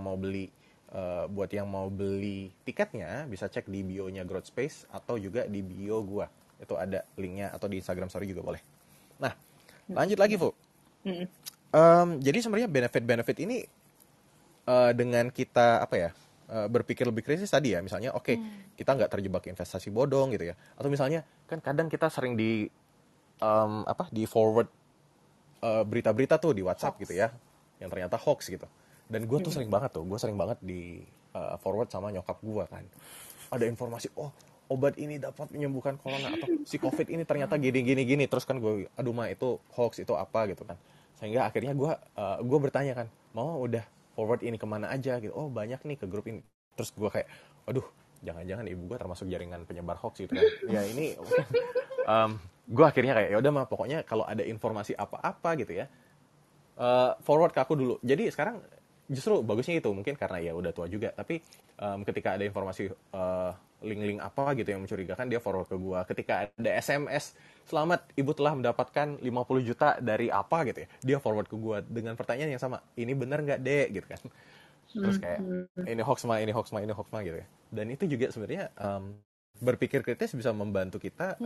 mau beli tiketnya bisa cek di bio-nya Growth Space atau juga di bio gua. Itu ada linknya, atau di Instagram story juga boleh. Nah, lanjut lagi, Fu. Jadi sebenarnya benefit ini dengan kita berpikir lebih kritis tadi ya, misalnya oke, kita nggak terjebak investasi bodong gitu ya, atau misalnya kan kadang kita sering di forward berita-berita tuh di WhatsApp gitu ya, yang ternyata hoax gitu. Dan gue tuh sering banget di forward sama nyokap gue kan. Ada informasi, oh obat ini dapat menyembuhkan corona, atau si COVID ini ternyata gini. Terus kan gue, aduh mah itu hoax, itu apa gitu kan. Sehingga akhirnya gue bertanya kan, Mama udah forward ini kemana aja gitu. Oh banyak nih ke grup ini. Terus gue kayak, aduh jangan-jangan ibu gue termasuk jaringan penyebar hoax gitu kan. Ya ini gue akhirnya kayak ya udah mah pokoknya kalau ada informasi apa-apa gitu ya, forward ke aku dulu. Jadi sekarang justru bagusnya itu, mungkin karena ya udah tua juga, tapi ketika ada informasi link-link apa gitu yang mencurigakan, dia forward ke gue. Ketika ada SMS, selamat ibu telah mendapatkan 50 juta dari apa gitu ya, dia forward ke gue dengan pertanyaan yang sama, ini bener nggak dek gitu kan. Terus kayak ini hoax mah gitu ya. Dan itu juga sebenarnya berpikir kritis bisa membantu kita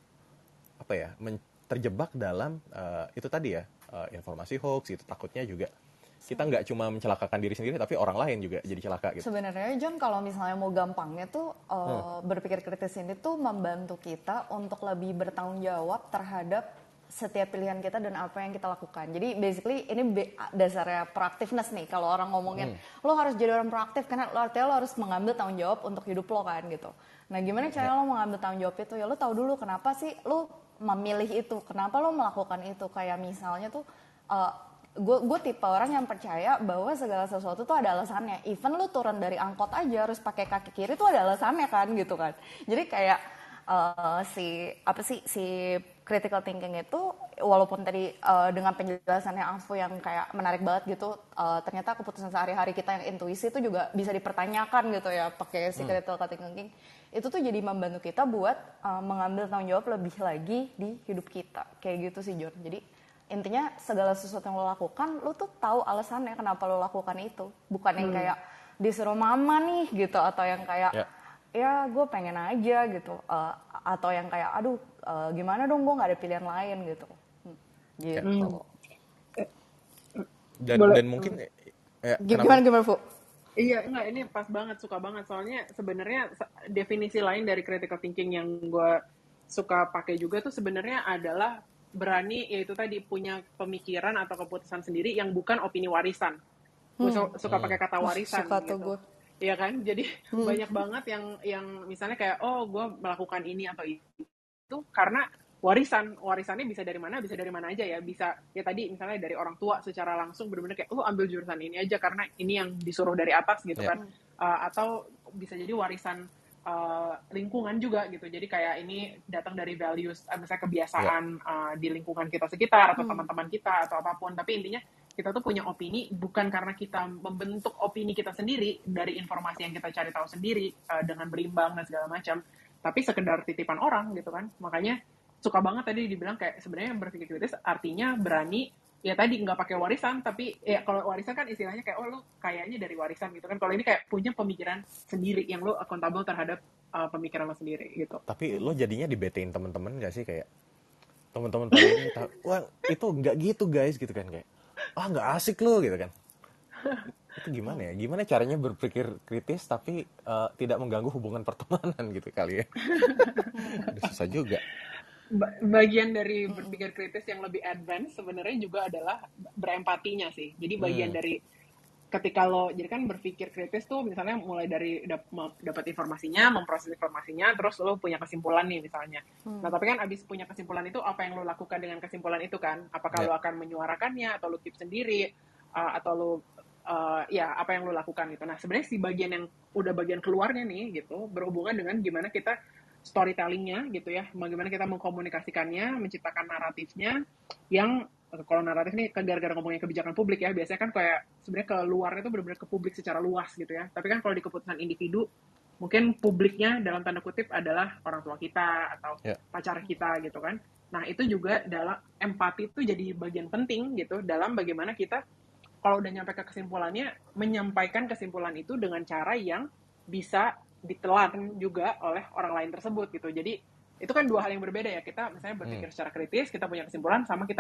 terjebak dalam itu tadi ya, informasi hoax itu. Takutnya juga kita nggak cuma mencelakakan diri sendiri, tapi orang lain juga jadi celaka gitu. Sebenarnya John, kalau misalnya mau gampangnya tuh berpikir kritis ini tuh membantu kita untuk lebih bertanggung jawab terhadap setiap pilihan kita dan apa yang kita lakukan. Jadi basically ini dasarnya proactiveness nih. Kalau orang ngomongin lo harus jadi orang proaktif karena artinya lo harus mengambil tanggung jawab untuk hidup lo kan gitu. Nah gimana cara lo mengambil tanggung jawab itu? Ya lo tahu dulu kenapa sih lo memilih itu, kenapa lo melakukan itu. Kayak misalnya tuh gue tipe orang yang percaya bahwa segala sesuatu tuh ada alasannya. Even lu turun dari angkot aja harus pakai kaki kiri tuh ada alasannya kan gitu kan. Jadi kayak si critical thinking itu walaupun tadi dengan penjelasannya Afu yang kayak menarik banget gitu, ternyata keputusan sehari-hari kita yang intuisi itu juga bisa dipertanyakan gitu ya pakai si critical thinking. Itu tuh jadi membantu kita buat mengambil tanggung jawab lebih lagi di hidup kita. Kayak gitu sih John. Jadi intinya segala sesuatu yang lo lakukan, lo tuh tahu alasannya kenapa lo lakukan itu. Bukan yang kayak disuruh mama nih gitu, atau yang kayak ya gue pengen aja gitu, atau yang kayak aduh gimana dong gue nggak ada pilihan lain gitu. Gitu. Dan mungkin gimana Fu? Iya, enggak, ini pas banget, suka banget. Soalnya sebenarnya definisi lain dari critical thinking yang gue suka pakai juga tuh sebenarnya adalah berani, yaitu tadi punya pemikiran atau keputusan sendiri yang bukan opini warisan. Gue suka pakai kata warisan suka gitu. Iya kan? Jadi banyak banget yang misalnya kayak gue melakukan ini atau itu karena warisannya bisa dari mana aja ya. Bisa ya tadi misalnya dari orang tua secara langsung benar-benar kayak ambil jurusan ini aja karena ini yang disuruh dari atas gitu kan. Atau bisa jadi warisan lingkungan juga gitu. Jadi kayak ini datang dari values, misalnya kebiasaan di lingkungan kita sekitar atau teman-teman kita atau apapun. Tapi intinya kita tuh punya opini bukan karena kita membentuk opini kita sendiri dari informasi yang kita cari tahu sendiri dengan berimbang dan segala macam, tapi sekedar titipan orang gitu kan. Makanya suka banget tadi dibilang kayak sebenarnya berpikir kritis artinya berani. Ya tadi nggak pakai warisan, tapi ya kalau warisan kan istilahnya kayak lu kayaknya dari warisan gitu kan. Kalau ini kayak punya pemikiran sendiri yang lu accountable terhadap pemikiran lo sendiri gitu. Tapi lo jadinya dibetain temen-temen nggak sih, kayak temen-temen ini wah itu nggak gitu guys gitu kan, kayak nggak asik lo gitu kan. Itu gimana ya? Gimana caranya berpikir kritis tapi tidak mengganggu hubungan pertemanan gitu kali ya? Susah juga. Bagian dari berpikir kritis yang lebih advance sebenarnya juga adalah berempatinya sih. Jadi bagian dari ketika lo, jadi kan berpikir kritis tuh misalnya mulai dari dapat informasinya, memproses informasinya, terus lo punya kesimpulan nih misalnya. Nah tapi kan abis punya kesimpulan itu, apa yang lo lakukan dengan kesimpulan itu kan? Apakah lo akan menyuarakannya, atau lo keep sendiri, atau lo apa yang lo lakukan gitu. Nah sebenarnya si bagian yang udah bagian keluarnya nih gitu, berhubungan dengan gimana kita storytellingnya gitu ya, bagaimana kita mengkomunikasikannya, menciptakan naratifnya yang kalau naratif nih gara-gara ngomongin kebijakan publik ya, biasanya kan kayak sebenarnya keluarnya itu benar-benar ke publik secara luas gitu ya. Tapi kan kalau di keputusan individu, mungkin publiknya dalam tanda kutip adalah orang tua kita atau pacar kita gitu kan. Nah itu juga dalam empati itu jadi bagian penting gitu dalam bagaimana kita kalau udah nyampe ke kesimpulannya, menyampaikan kesimpulan itu dengan cara yang bisa ditelan juga oleh orang lain tersebut gitu. Jadi itu kan dua hal yang berbeda ya. Kita misalnya berpikir secara kritis, kita punya kesimpulan, sama kita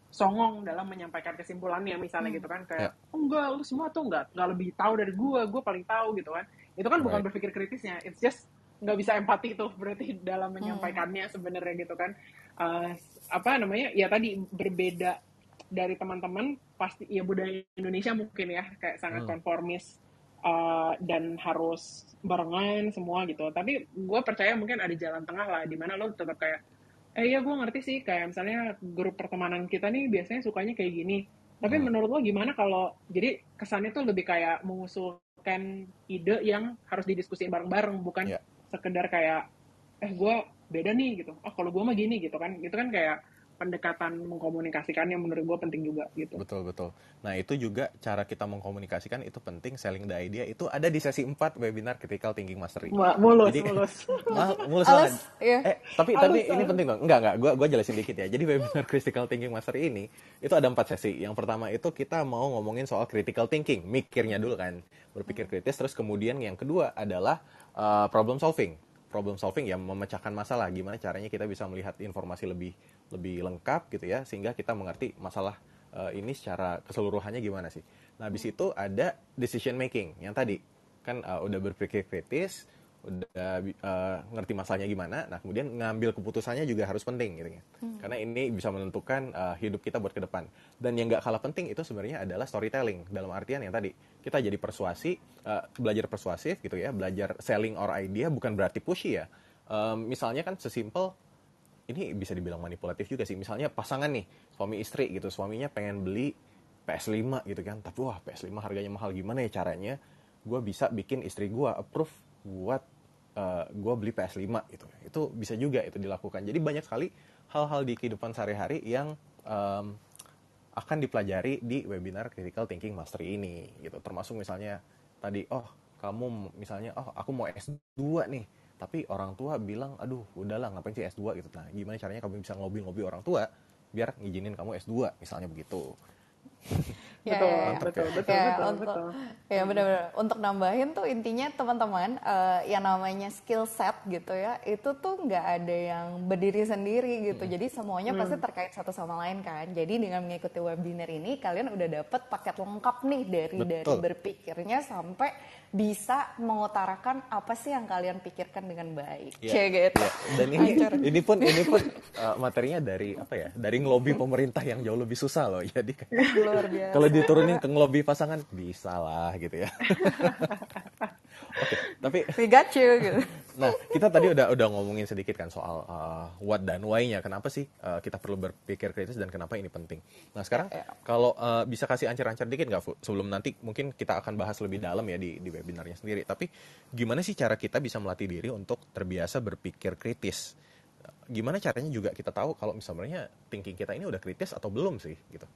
songong dalam menyampaikan kesimpulannya misalnya gitu kan, kayak oh enggak, lu semua tuh enggak lebih tahu dari gue paling tahu gitu kan. Itu kan bukan berpikir kritisnya, it's just nggak bisa empati tuh berarti dalam menyampaikannya sebenarnya gitu kan. Apa namanya, ya tadi berbeda dari teman-teman, pasti ya budaya Indonesia mungkin ya kayak sangat konformis dan harus barengan semua gitu. Tapi gue percaya mungkin ada jalan tengah lah, dimana lo tetap kayak iya gue ngerti sih, kayak misalnya grup pertemanan kita nih biasanya sukanya kayak gini, tapi menurut lo gimana kalau, jadi kesannya tuh lebih kayak mengusulkan ide yang harus didiskusiin bareng-bareng, bukan sekedar kayak gue beda nih gitu, oh kalau gue mah gini gitu kan. Itu kan kayak pendekatan mengkomunikasikan yang menurut gue penting juga gitu. Betul. Nah itu juga cara kita mengkomunikasikan itu penting, selling the idea itu ada di sesi 4 webinar Critical Thinking Mastery. Mulus. Mulus banget. Tapi ini Alus. penting dong. Enggak, gue jelasin dikit ya. Jadi webinar Critical Thinking Mastery ini itu ada 4 sesi. Yang pertama itu kita mau ngomongin soal critical thinking, mikirnya dulu kan, berpikir kritis. Terus kemudian yang kedua adalah problem solving yang memecahkan masalah, gimana caranya kita bisa melihat informasi lebih lengkap gitu ya, sehingga kita mengerti masalah ini secara keseluruhannya gimana sih. Nah habis itu ada decision making yang tadi kan udah berpikir kritis, udah ngerti masalahnya gimana, nah kemudian ngambil keputusannya juga harus penting gitu ya. Karena ini bisa menentukan hidup kita buat ke depan. Dan yang nggak kalah penting itu sebenarnya adalah storytelling, dalam artian yang tadi kita jadi belajar persuasif gitu ya, belajar selling our idea, bukan berarti pushy ya. Misalnya kan sesimpel ini bisa dibilang manipulatif juga sih. Misalnya pasangan nih, suami istri gitu, suaminya pengen beli PS5 gitu kan, tapi wah PS5 harganya mahal, gimana ya caranya gue bisa bikin istri gue approve buat gue beli PS5 gitu. Itu bisa juga itu dilakukan. Jadi banyak sekali hal-hal di kehidupan sehari-hari yang akan dipelajari di webinar Critical Thinking Mastery ini gitu. Termasuk misalnya tadi, kamu misalnya, aku mau S2 nih, tapi orang tua bilang, aduh udahlah ngapain sih S2 gitu. Nah gimana caranya kamu bisa ngelobi orang tua biar ngizinin kamu S2 misalnya begitu. Betul. Ya benar-benar. Untuk nambahin tuh intinya teman-teman, yang namanya skill set gitu ya, itu tuh nggak ada yang berdiri sendiri gitu. Jadi semuanya pasti terkait satu sama lain kan. Jadi dengan mengikuti webinar ini kalian udah dapet paket lengkap nih dari berpikirnya sampai bisa mengutarakan apa sih yang kalian pikirkan dengan baik. Gitu. Dan ini pun materinya dari apa ya? Dari ngelobi pemerintah yang jauh lebih susah loh. Jadi luar biasa. Kalau diturunin ke ngelobi pasangan bisa lah gitu ya. Oke, tapi we got you gitu. Nah, kita tadi udah ngomongin sedikit kan soal what dan why-nya. Kenapa sih kita perlu berpikir kritis dan kenapa ini penting. Nah, sekarang kalau bisa kasih ancar-ancar dikit nggak, Fu? Sebelum nanti mungkin kita akan bahas lebih dalam ya di webinarnya sendiri. Tapi gimana sih cara kita bisa melatih diri untuk terbiasa berpikir kritis? Gimana caranya juga kita tahu kalau misalnya thinking kita ini udah kritis atau belum sih gitu?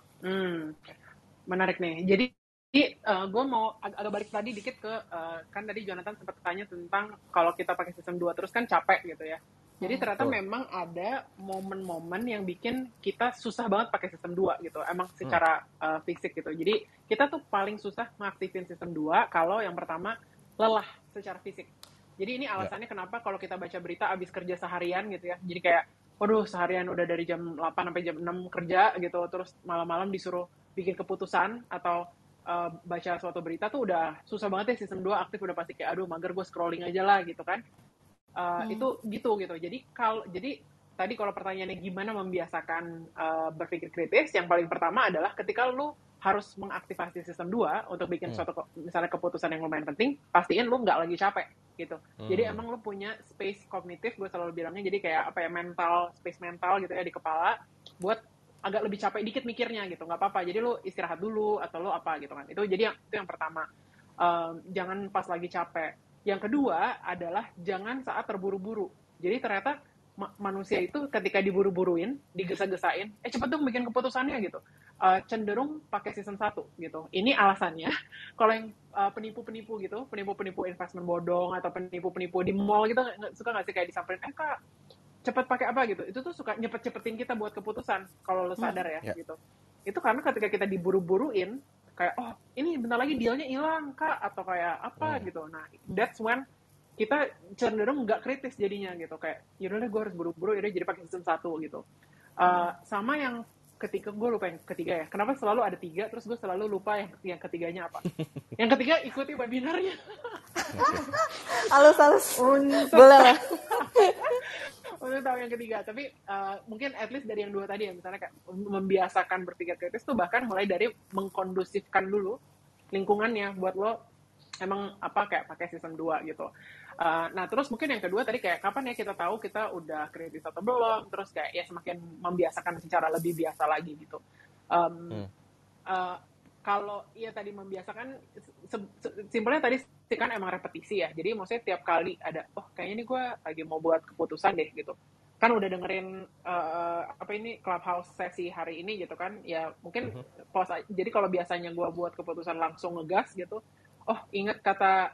Menarik nih. Jadi gue mau agak balik tadi dikit ke kan tadi Jonathan sempat tanya tentang kalau kita pakai sistem 2 terus kan capek gitu ya. Jadi ternyata memang ada momen-momen yang bikin kita susah banget pakai sistem 2 gitu. Emang secara fisik gitu. Jadi kita tuh paling susah mengaktifin sistem 2 kalau yang pertama lelah secara fisik. Jadi ini alasannya kenapa kalau kita baca berita abis kerja seharian gitu ya. Jadi kayak waduh seharian udah dari jam 8 sampai jam 6 kerja gitu, terus malam-malam disuruh bikin keputusan atau baca suatu berita tuh udah susah banget ya, sistem 2 aktif udah pasti kayak aduh mager gue scrolling aja lah gitu kan. Itu gitu. Jadi tadi kalau pertanyaannya gimana membiasakan berpikir kritis, yang paling pertama adalah ketika lu harus mengaktifasi sistem 2 untuk bikin suatu misalnya keputusan yang lumayan penting, pastiin lu nggak lagi capek gitu. Jadi emang lu punya space kognitif, gue selalu bilangnya, jadi kayak apa ya, space mental gitu ya di kepala buat agak lebih capek dikit mikirnya gitu, nggak apa-apa. Jadi lu istirahat dulu atau lu apa gitu kan. Itu yang pertama. Jangan pas lagi capek. Yang kedua adalah jangan saat terburu-buru. Jadi ternyata manusia itu ketika diburu-buruin, digesa-gesain, cepet dong bikin keputusannya gitu. Cenderung pakai sistem 1 gitu. Ini alasannya kalau yang penipu-penipu gitu, penipu-penipu investment bodong atau penipu-penipu di mall gitu, suka nggak sih kayak disamperin, Kak, cepet pakai apa gitu. Itu tuh suka nyepet-cepetin kita buat keputusan kalau lo sadar ya gitu. Itu karena ketika kita diburu-buruin, kayak ini bentar lagi dealnya hilang Kak, atau kayak apa gitu. Nah, that's when kita cenderung nggak kritis jadinya gitu, kayak yaudah gue harus buru-buru, yaudah jadi pakai sistem 1 gitu. Sama yang ketika gue lupa yang ketiga ya. Kenapa selalu ada 3, terus gue selalu lupa yang ketiganya apa. Yang ketiga ikuti webinarnya. Halus. Untuk Boleh lah. untuk tahu yang ketiga. Tapi mungkin at least dari yang 2 tadi ya, misalnya kayak membiasakan berpikir kritis tuh bahkan mulai dari mengkondusifkan dulu lingkungannya buat lo emang kayak pakai season 2 gitu. Nah terus mungkin yang kedua tadi kayak kapan ya kita tahu kita udah kritis atau belum, terus kayak ya semakin membiasakan secara lebih biasa lagi gitu. Kalau ya tadi membiasakan, simpelnya tadi kan emang repetisi ya, jadi maksudnya tiap kali ada kayaknya ini gue lagi mau buat keputusan deh gitu, kan udah dengerin ini Clubhouse sesi hari ini gitu kan, ya mungkin pause. Jadi kalau biasanya gue buat keputusan langsung ngegas gitu, inget kata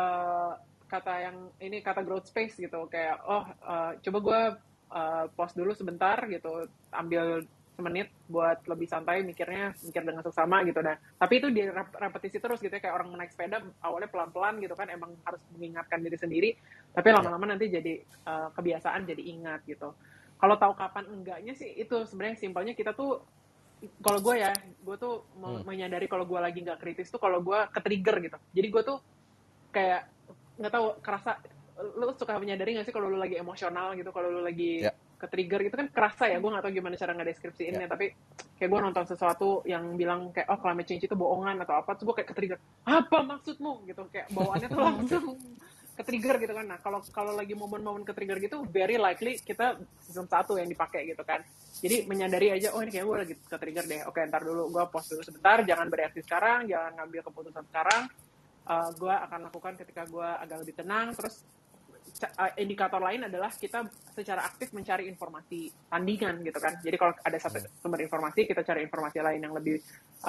yang ini, kata growth space gitu, kayak coba gue pause dulu sebentar gitu, ambil semenit buat lebih santai mikir dengan seksama gitu. Nah tapi itu di repetisi terus gitu ya, kayak orang naik sepeda awalnya pelan-pelan gitu kan, emang harus mengingatkan diri sendiri, tapi lama-lama nanti jadi kebiasaan, jadi ingat gitu. Kalau tahu kapan enggaknya sih, itu sebenarnya simpelnya kita tuh, kalau gue tuh menyadari kalau gue lagi nggak kritis tuh kalau gue ke-trigger gitu. Jadi gue tuh kayak nggak tahu, kerasa, lu suka menyadari nggak sih kalau lu lagi emosional gitu, kalau lu lagi ke-trigger gitu kan kerasa ya. Gue nggak tahu gimana cara ngedeskripsiinnya, tapi kayak gue nonton sesuatu yang bilang kayak climate change itu bohongan atau apa, terus gue kayak ke-trigger, apa maksudmu gitu, kayak bawaannya tuh langsung ke-trigger gitu kan. Nah kalau lagi momen-momen ke-trigger gitu, very likely kita season 1 yang dipakai gitu kan. Jadi menyadari aja, ini kayak gue lagi ke-trigger deh, oke ntar dulu, gue pause dulu sebentar, jangan bereaksi sekarang, jangan ngambil keputusan sekarang. Gue akan lakukan ketika gue agak lebih tenang. Terus indikator lain adalah kita secara aktif mencari informasi tandingan gitu kan. Jadi kalau ada satu sumber informasi, kita cari informasi lain yang lebih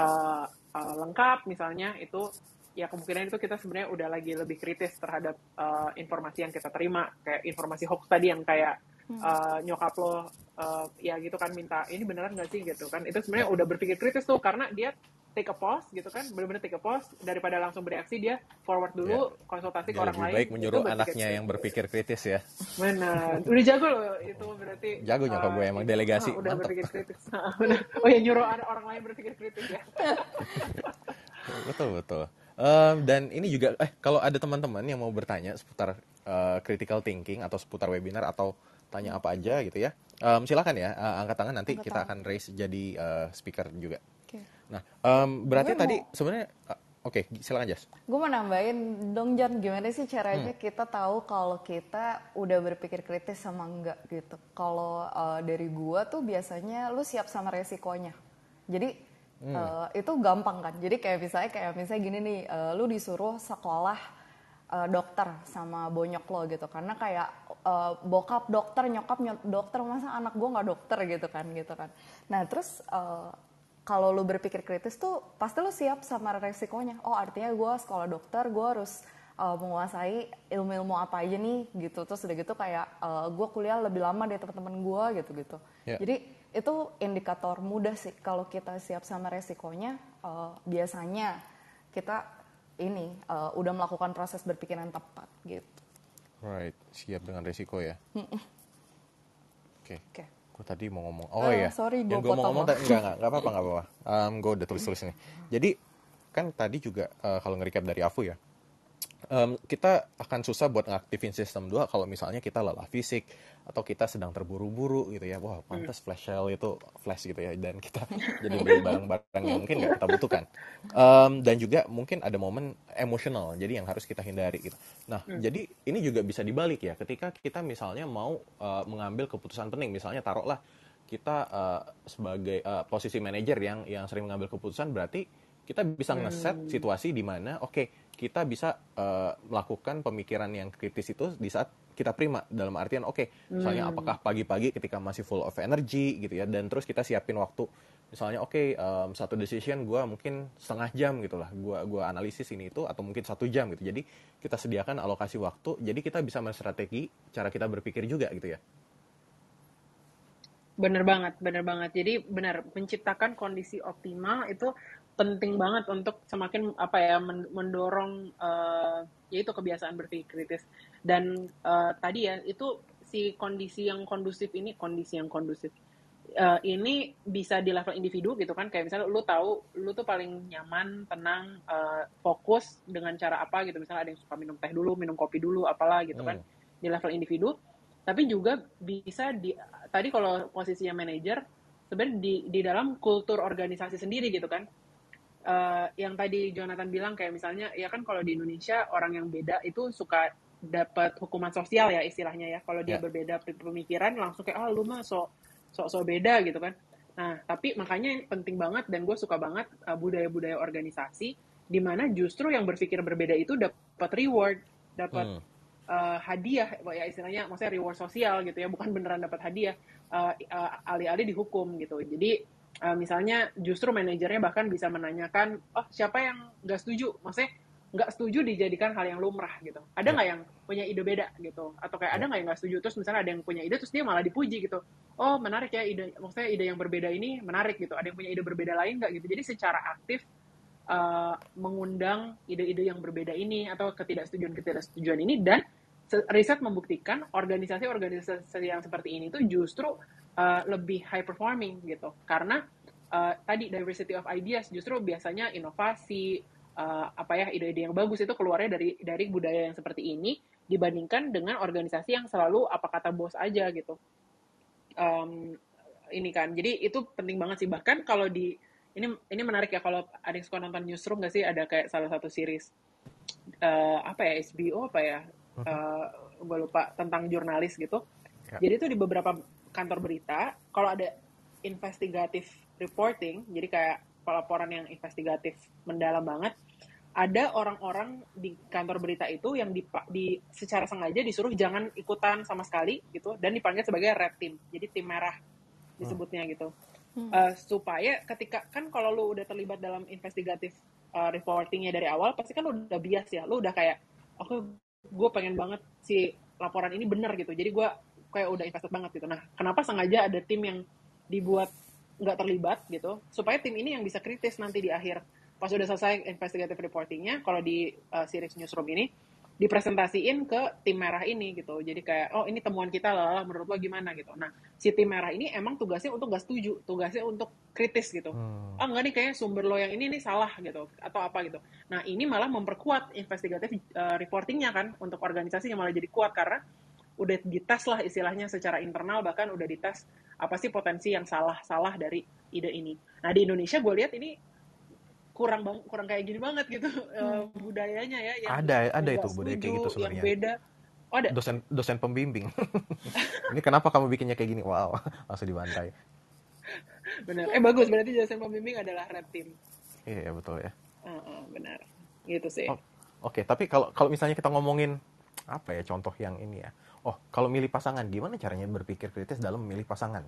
lengkap misalnya, itu ya kemungkinan itu kita sebenarnya udah lagi lebih kritis terhadap informasi yang kita terima. Kayak informasi hoax tadi yang kayak nyokap lo ya gitu kan, minta ini beneran nggak sih gitu kan, itu sebenarnya udah berpikir kritis tuh, karena dia take a pause gitu kan, benar-benar take a pause, daripada langsung bereaksi dia forward dulu, konsultasi ke orang lain. Lebih baik menyuruh anaknya yang berpikir kritis ya. Benar, udah jago loh itu berarti. Jago nyokap gue emang delegasi, udah mantep. berpikir kritis. Oh ya, nyuruh orang lain berpikir kritis ya. Betul. Dan ini juga kalau ada teman-teman yang mau bertanya seputar critical thinking atau seputar webinar atau tanya apa aja gitu ya, silakan ya, angkat tangan, nanti kita akan raise jadi speaker juga. Nah, berarti tadi sebenarnya oke, silakan Jas. Gue mau nambahin dong Jan, gimana sih caranya kita tahu kalau kita udah berpikir kritis sama enggak gitu. Kalau dari gue tuh biasanya lu siap sama resikonya. Jadi itu gampang kan. Jadi kayak misalnya gini nih, lu disuruh sekolah dokter sama bonyok lo gitu, karena kayak bokap dokter, nyokap dokter, masa anak gue nggak dokter gitu kan. Nah terus kalau lu berpikir kritis tuh pasti lu siap sama resikonya. Artinya gue sekolah dokter, gue harus menguasai ilmu-ilmu apa aja nih gitu. Terus udah gitu kayak gue kuliah lebih lama dari teman-teman gue gitu. Jadi itu indikator mudah sih, kalau kita siap sama resikonya, biasanya kita ini udah melakukan proses berpikir yang tepat gitu. Right, siap dengan resiko ya. Oke. Gue tadi mau ngomong, sorry, yang gue mau ngomong enggak apa-apa. Gue udah tulis nih. Jadi kan tadi juga kalau nge-recap dari Afu ya, kita akan susah buat ngaktifin sistem 2 kalau misalnya kita lelah fisik atau kita sedang terburu-buru gitu ya. Wah, pantas flash sale itu flash gitu ya, dan kita jadi beli barang-barang yang mungkin nggak kita butuhkan. Dan juga mungkin ada momen emosional, jadi yang harus kita hindari gitu. Nah, jadi ini juga bisa dibalik ya, ketika kita misalnya mau mengambil keputusan penting, misalnya taruhlah kita sebagai posisi manajer yang sering mengambil keputusan, berarti kita bisa ngeset situasi di mana kita bisa melakukan pemikiran yang kritis itu di saat kita prima, dalam artian misalnya apakah pagi-pagi ketika masih full of energy gitu ya, dan terus kita siapin waktu, misalnya satu decision gue mungkin setengah jam gitu lah, gue analisis ini itu, atau mungkin 1 jam gitu. Jadi kita sediakan alokasi waktu, jadi kita bisa menstrategi cara kita berpikir juga gitu ya. Bener banget. Jadi benar, menciptakan kondisi optimal itu penting banget untuk semakin mendorong yaitu kebiasaan berpikir kritis. Dan tadi ya, itu si kondisi yang kondusif ini bisa di level individu gitu kan, kayak misalnya lu tahu lu tuh paling nyaman, tenang, fokus dengan cara apa gitu, misalnya ada yang suka minum teh dulu, minum kopi dulu, apalah gitu kan, di level individu. Tapi juga bisa tadi kalau posisinya manajer, sebenarnya di dalam kultur organisasi sendiri gitu kan. Yang tadi Jonathan bilang kayak misalnya, ya kan kalau di Indonesia orang yang beda itu suka dapat hukuman sosial ya istilahnya ya. Kalau dia berbeda pemikiran langsung kayak, lu mah sok beda gitu kan. Nah, tapi makanya penting banget dan gue suka banget budaya-budaya organisasi di mana justru yang berpikir berbeda itu dapat reward, dapat hadiah, ya istilahnya, maksudnya reward sosial gitu ya, bukan beneran dapat hadiah, alih-alih dihukum gitu. Jadi misalnya justru manajernya bahkan bisa menanyakan, siapa yang nggak setuju, maksudnya nggak setuju dijadikan hal yang lumrah gitu. Ada nggak yang punya ide beda gitu? Atau kayak ada nggak yang nggak setuju, terus misalnya ada yang punya ide, terus dia malah dipuji gitu. Oh menarik ya ide, maksudnya ide yang berbeda ini menarik gitu. Ada yang punya ide berbeda lain nggak gitu. Jadi secara aktif mengundang ide-ide yang berbeda ini atau ketidaksetujuan ini, dan riset membuktikan organisasi-organisasi yang seperti ini tuh justru lebih high performing gitu. Karena tadi diversity of ideas justru biasanya inovasi, ide-ide yang bagus itu keluarnya dari budaya yang seperti ini dibandingkan dengan organisasi yang selalu apa kata bos aja gitu. Ini kan, jadi itu penting banget sih. Bahkan kalau ini menarik ya, kalau ada yang suka nonton Newsroom nggak sih, ada kayak salah satu series HBO gue lupa, tentang jurnalis gitu. Jadi itu di beberapa kantor berita kalau ada investigative reporting, jadi kayak laporan yang investigatif mendalam banget, ada orang-orang di kantor berita itu yang secara sengaja disuruh jangan ikutan sama sekali gitu, dan dipanggil sebagai red team, jadi tim merah disebutnya gitu. Supaya ketika kan kalau lu udah terlibat dalam investigatif reportingnya dari awal, pasti kan lu udah bias ya, lu udah kayak gue pengen banget si laporan ini benar gitu, jadi gue kayak udah invested banget gitu. Nah, kenapa sengaja ada tim yang dibuat nggak terlibat gitu, supaya tim ini yang bisa kritis nanti di akhir pas udah selesai investigative reportingnya, kalau di series Newsroom ini dipresentasiin ke tim merah ini gitu. Jadi kayak, ini temuan kita, menurut lo gimana gitu. Nah, si tim merah ini emang tugasnya untuk nggak setuju, tugasnya untuk kritis gitu. Enggak nih, kayaknya sumber lo yang ini salah gitu, atau apa gitu. Nah, ini malah memperkuat investigative reportingnya kan, untuk organisasi yang malah jadi kuat, karena udah dites lah istilahnya secara internal, bahkan udah dites apa sih potensi yang salah dari ide ini. Nah, di Indonesia gue lihat ini kurang kayak gini banget gitu budayanya ya, yang ada itu budaya kayak gitu sebenarnya, yang beda. Ada dosen pembimbing ini kenapa kamu bikinnya kayak gini, wow, langsung dibantai. Benar, bagus, berarti dosen pembimbing adalah red team. Iya betul ya. Benar gitu sih. Oke, tapi kalau misalnya kita ngomongin apa ya contoh yang ini ya, kalau milih pasangan, gimana caranya berpikir kritis dalam memilih pasangan?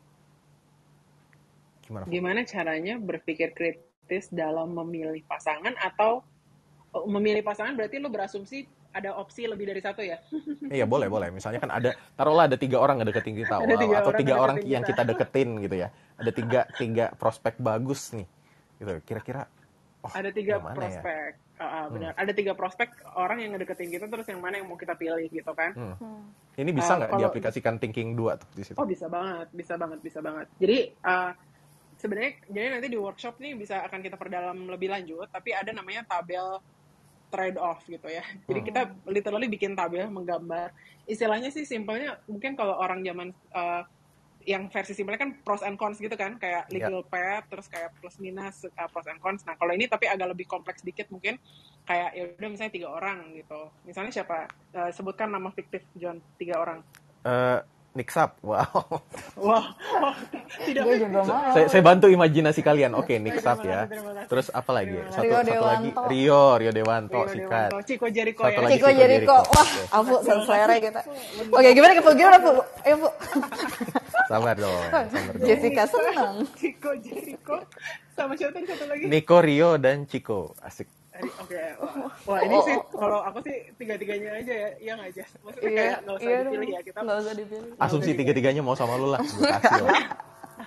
Gimana caranya berpikir kritis dalam memilih pasangan? Atau memilih pasangan berarti lu berasumsi ada opsi lebih dari satu ya? Iya, boleh. Misalnya kan taruhlah ada 3 orang ngedeketin kita, atau 3 orang yang kita deketin gitu ya. Ada tiga prospek bagus nih, gitu. Kira-kira, ada 3 prospek. Ya? Benar. Ada 3 prospek orang yang ngedeketin kita, terus yang mana yang mau kita pilih gitu kan? Ini bisa nggak diaplikasikan thinking 2 tuh di situ? Bisa banget. Jadi sebenarnya, jadi nanti di workshop nih akan kita perdalam lebih lanjut, tapi ada namanya tabel trade-off gitu ya. Jadi kita literally bikin tabel menggambar. Istilahnya sih simpelnya, mungkin kalau orang zaman yang versi simpelnya kan pros and cons gitu kan, kayak legal path, terus kayak plus minus pros and cons. Nah, kalau ini tapi agak lebih kompleks dikit, mungkin kayak ya udah misalnya 3 orang gitu. Misalnya siapa? Sebutkan nama fiktif, John, 3 orang. Nick Sap, wow. Tidak. Gue juga mau. Saya bantu imajinasi kalian. Oke, Nick Sap ya. Terus apa lagi? Satu lagi Rio Dewanto, sikat. Chico Jericho ya. Chico Jericho. Wah, Afu selera kita. Oke, gimana Bu? Ayo, Bu. Sabar dong. Jessica senang. Chico Jericho. Sama siapa yang satu lagi? Nico, Rio, dan Chico. Asik. Oke. Wah, ini sih kalau aku sih 3-3-nya aja ya, yang aja. Maksudnya kayak nggak usah dipilih ya kita. Nggak usah dipilih. Asumsi 3-3-nya mau sama lu lah. Gue kasih loh.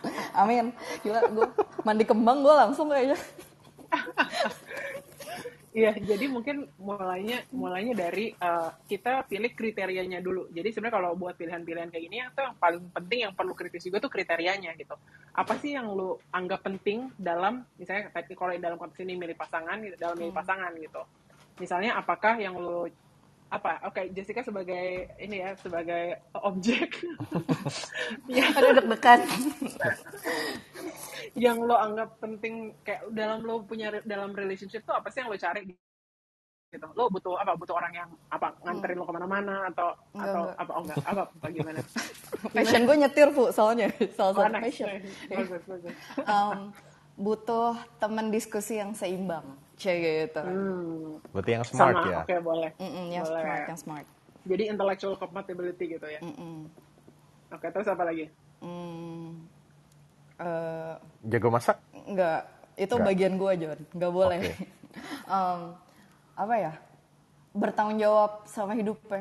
Amin. Gila, gue mandi kembang gue langsung kayaknya. Iya, jadi mungkin mulainya dari kita pilih kriterianya dulu. Jadi sebenarnya kalau buat pilihan-pilihan kayak gini, itu yang paling penting yang perlu kritis juga tuh kriterianya gitu. Apa sih yang lu anggap penting dalam, misalnya kalau dalam konteks ini milih pasangan, dalam milih pasangan gitu. Misalnya apakah yang lu Oke, Jessica sebagai ini ya, sebagai objek ya, Ada deg-degan. yang lo anggap penting kayak dalam relationship tuh apa sih yang lo cari gitu. Lo butuh orang yang nganterin lo kemana-mana atau Enggak. Gimana? Passion gue nyetir, Bu, soalnya salah satu passion. Bagus. Butuh teman diskusi yang seimbang, gitu. Berarti yang smart Sama, ya. oke, boleh. Yang Boleh. smart. Jadi intellectual compatibility gitu ya. Oke, terus apa lagi? Jago masak? Enggak, itu Enggak. bagian gue, John. Enggak boleh. Oke. Apa ya? Bertanggung jawab sama hidupnya.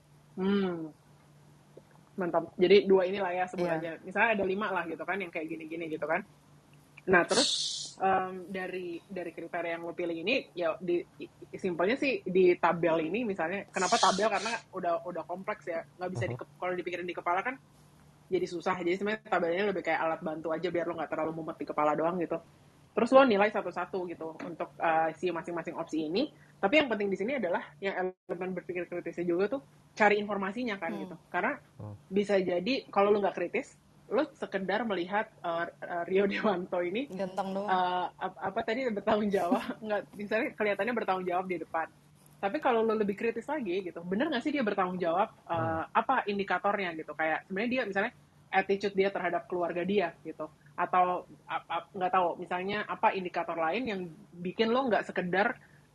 Mantap. Jadi 2 inilah ya sebut aja. Misalnya ada 5 lah gitu kan yang kayak gini-gini gitu kan. Nah, terus dari kriteria yang lo pilih ini ya simpelnya sih di tabel ini misalnya. Kenapa tabel? Karena udah kompleks ya. Nggak bisa kalau dipikirin di kepala kan jadi susah. Jadi sebenarnya tabelnya lebih kayak alat bantu aja biar lo nggak terlalu mumet di kepala doang gitu. Terus lo nilai satu-satu gitu untuk si masing-masing opsi ini. Tapi yang penting di sini adalah yang elemen berpikir kritisnya juga tuh cari informasinya kan gitu. Karena bisa jadi kalau lo nggak kritis, lo sekedar melihat Rio Dewanto ini Ganteng doang. tadi bertanggung jawab, nggak misalnya kelihatannya bertanggung jawab di depan. Tapi kalau lo lebih kritis lagi gitu, bener nggak sih dia bertanggung jawab? Apa indikatornya gitu? Kayak sebenarnya dia misalnya attitude dia terhadap keluarga dia gitu, atau nggak tahu misalnya apa indikator lain yang bikin lo nggak sekedar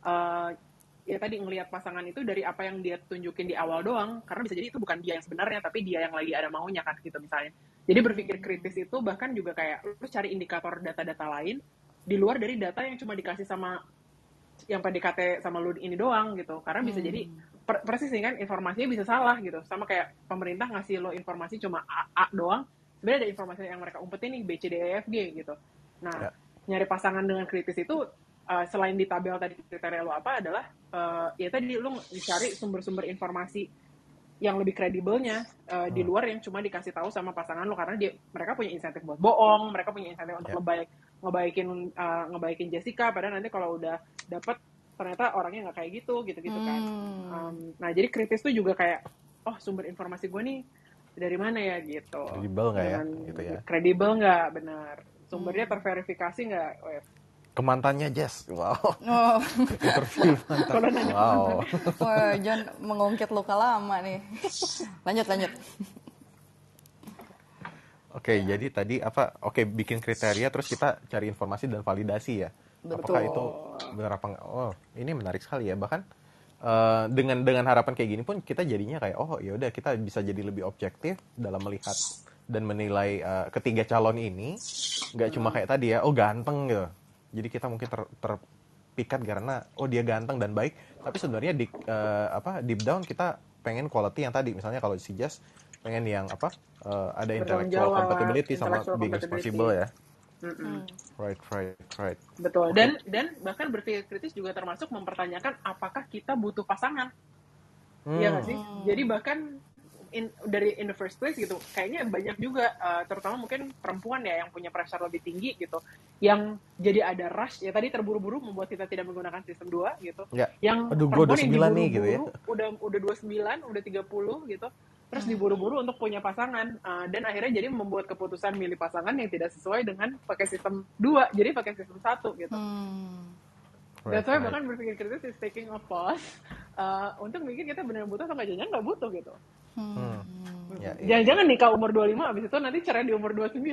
ya tadi ngelihat pasangan itu dari apa yang dia tunjukin di awal doang, karena bisa jadi itu bukan dia yang sebenarnya tapi dia yang lagi ada maunya kan gitu misalnya. Jadi berpikir kritis itu bahkan juga kayak lo cari indikator data-data lain di luar dari data yang cuma dikasih sama yang PDKT sama lu ini doang gitu, karena bisa jadi persis nih kan informasinya bisa salah gitu, sama kayak pemerintah ngasih lo informasi cuma A doang, sebenarnya ada informasi yang mereka umpetin nih B, C, D, E, F, G gitu. Nah, nyari pasangan dengan kritis itu selain di tabel tadi kriteria lo apa adalah ya tadi lo dicari sumber-sumber informasi yang lebih kredibelnya di luar yang cuma dikasih tahu sama pasangan lo, karena mereka punya insentif buat bohong, mereka punya insentif untuk ngebaikin Jessica, padahal nanti kalau udah dapet ternyata orangnya nggak kayak gitu kan. Nah jadi kritis tuh juga kayak sumber informasi gue nih dari mana ya gitu, Kredibel nggak ya gitu ya. Kredibel nggak, benar, sumbernya terverifikasi nggak. Kemantannya Jess, wow. Oh. Interview mantan. Wow. Wah, John mengungkit luka lama nih. Lanjut. Oke, jadi tadi bikin kriteria terus kita cari informasi dan validasi ya. Betul. Apakah itu benar apa enggak? Oh, ini menarik sekali ya. Bahkan dengan harapan kayak gini pun kita jadinya kayak ya udah kita bisa jadi lebih objektif dalam melihat dan menilai ketiga calon ini, nggak cuma kayak tadi ya, ganteng gitu. Jadi kita mungkin terpikat karena dia ganteng dan baik, tapi sebenarnya deep down kita pengen quality yang tadi, misalnya kalau si Jess pengen yang ada intellectual compatibility sama being responsible ya. Right. Betul. Dan bahkan berpikir kritis juga termasuk mempertanyakan apakah kita butuh pasangan. Iya nggak sih? Jadi bahkan in the first place gitu, kayaknya banyak juga terutama mungkin perempuan ya yang punya pressure lebih tinggi gitu, yang jadi ada rush ya tadi, terburu-buru membuat kita tidak menggunakan sistem 2 gitu. Ya. Yang perempuan yang diburu-buru nih gitu ya. udah 29, udah 30 gitu. Terus diburu-buru untuk punya pasangan, dan akhirnya jadi membuat keputusan milih pasangan yang tidak sesuai dengan pakai sistem 2, jadi pakai sistem 1 gitu. That's why bahkan berpikir kritis is taking a pause untuk mikir kita benar butuh atau jangan nggak butuh gitu. Jangan-jangan nikah umur 25 abis itu nanti cerai di umur 29.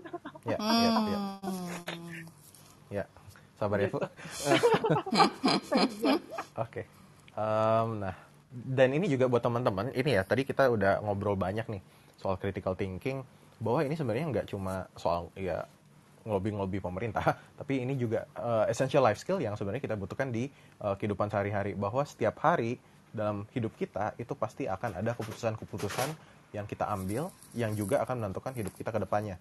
Ya, sabar ya Bu. Oke. Nah, dan ini juga buat teman-teman, ini ya tadi kita udah ngobrol banyak nih soal critical thinking, bahwa ini sebenarnya nggak cuma soal ya ngelobi pemerintah, tapi ini juga essential life skill yang sebenarnya kita butuhkan di kehidupan sehari-hari, bahwa setiap hari dalam hidup kita itu pasti akan ada keputusan-keputusan yang kita ambil yang juga akan menentukan hidup kita ke depannya.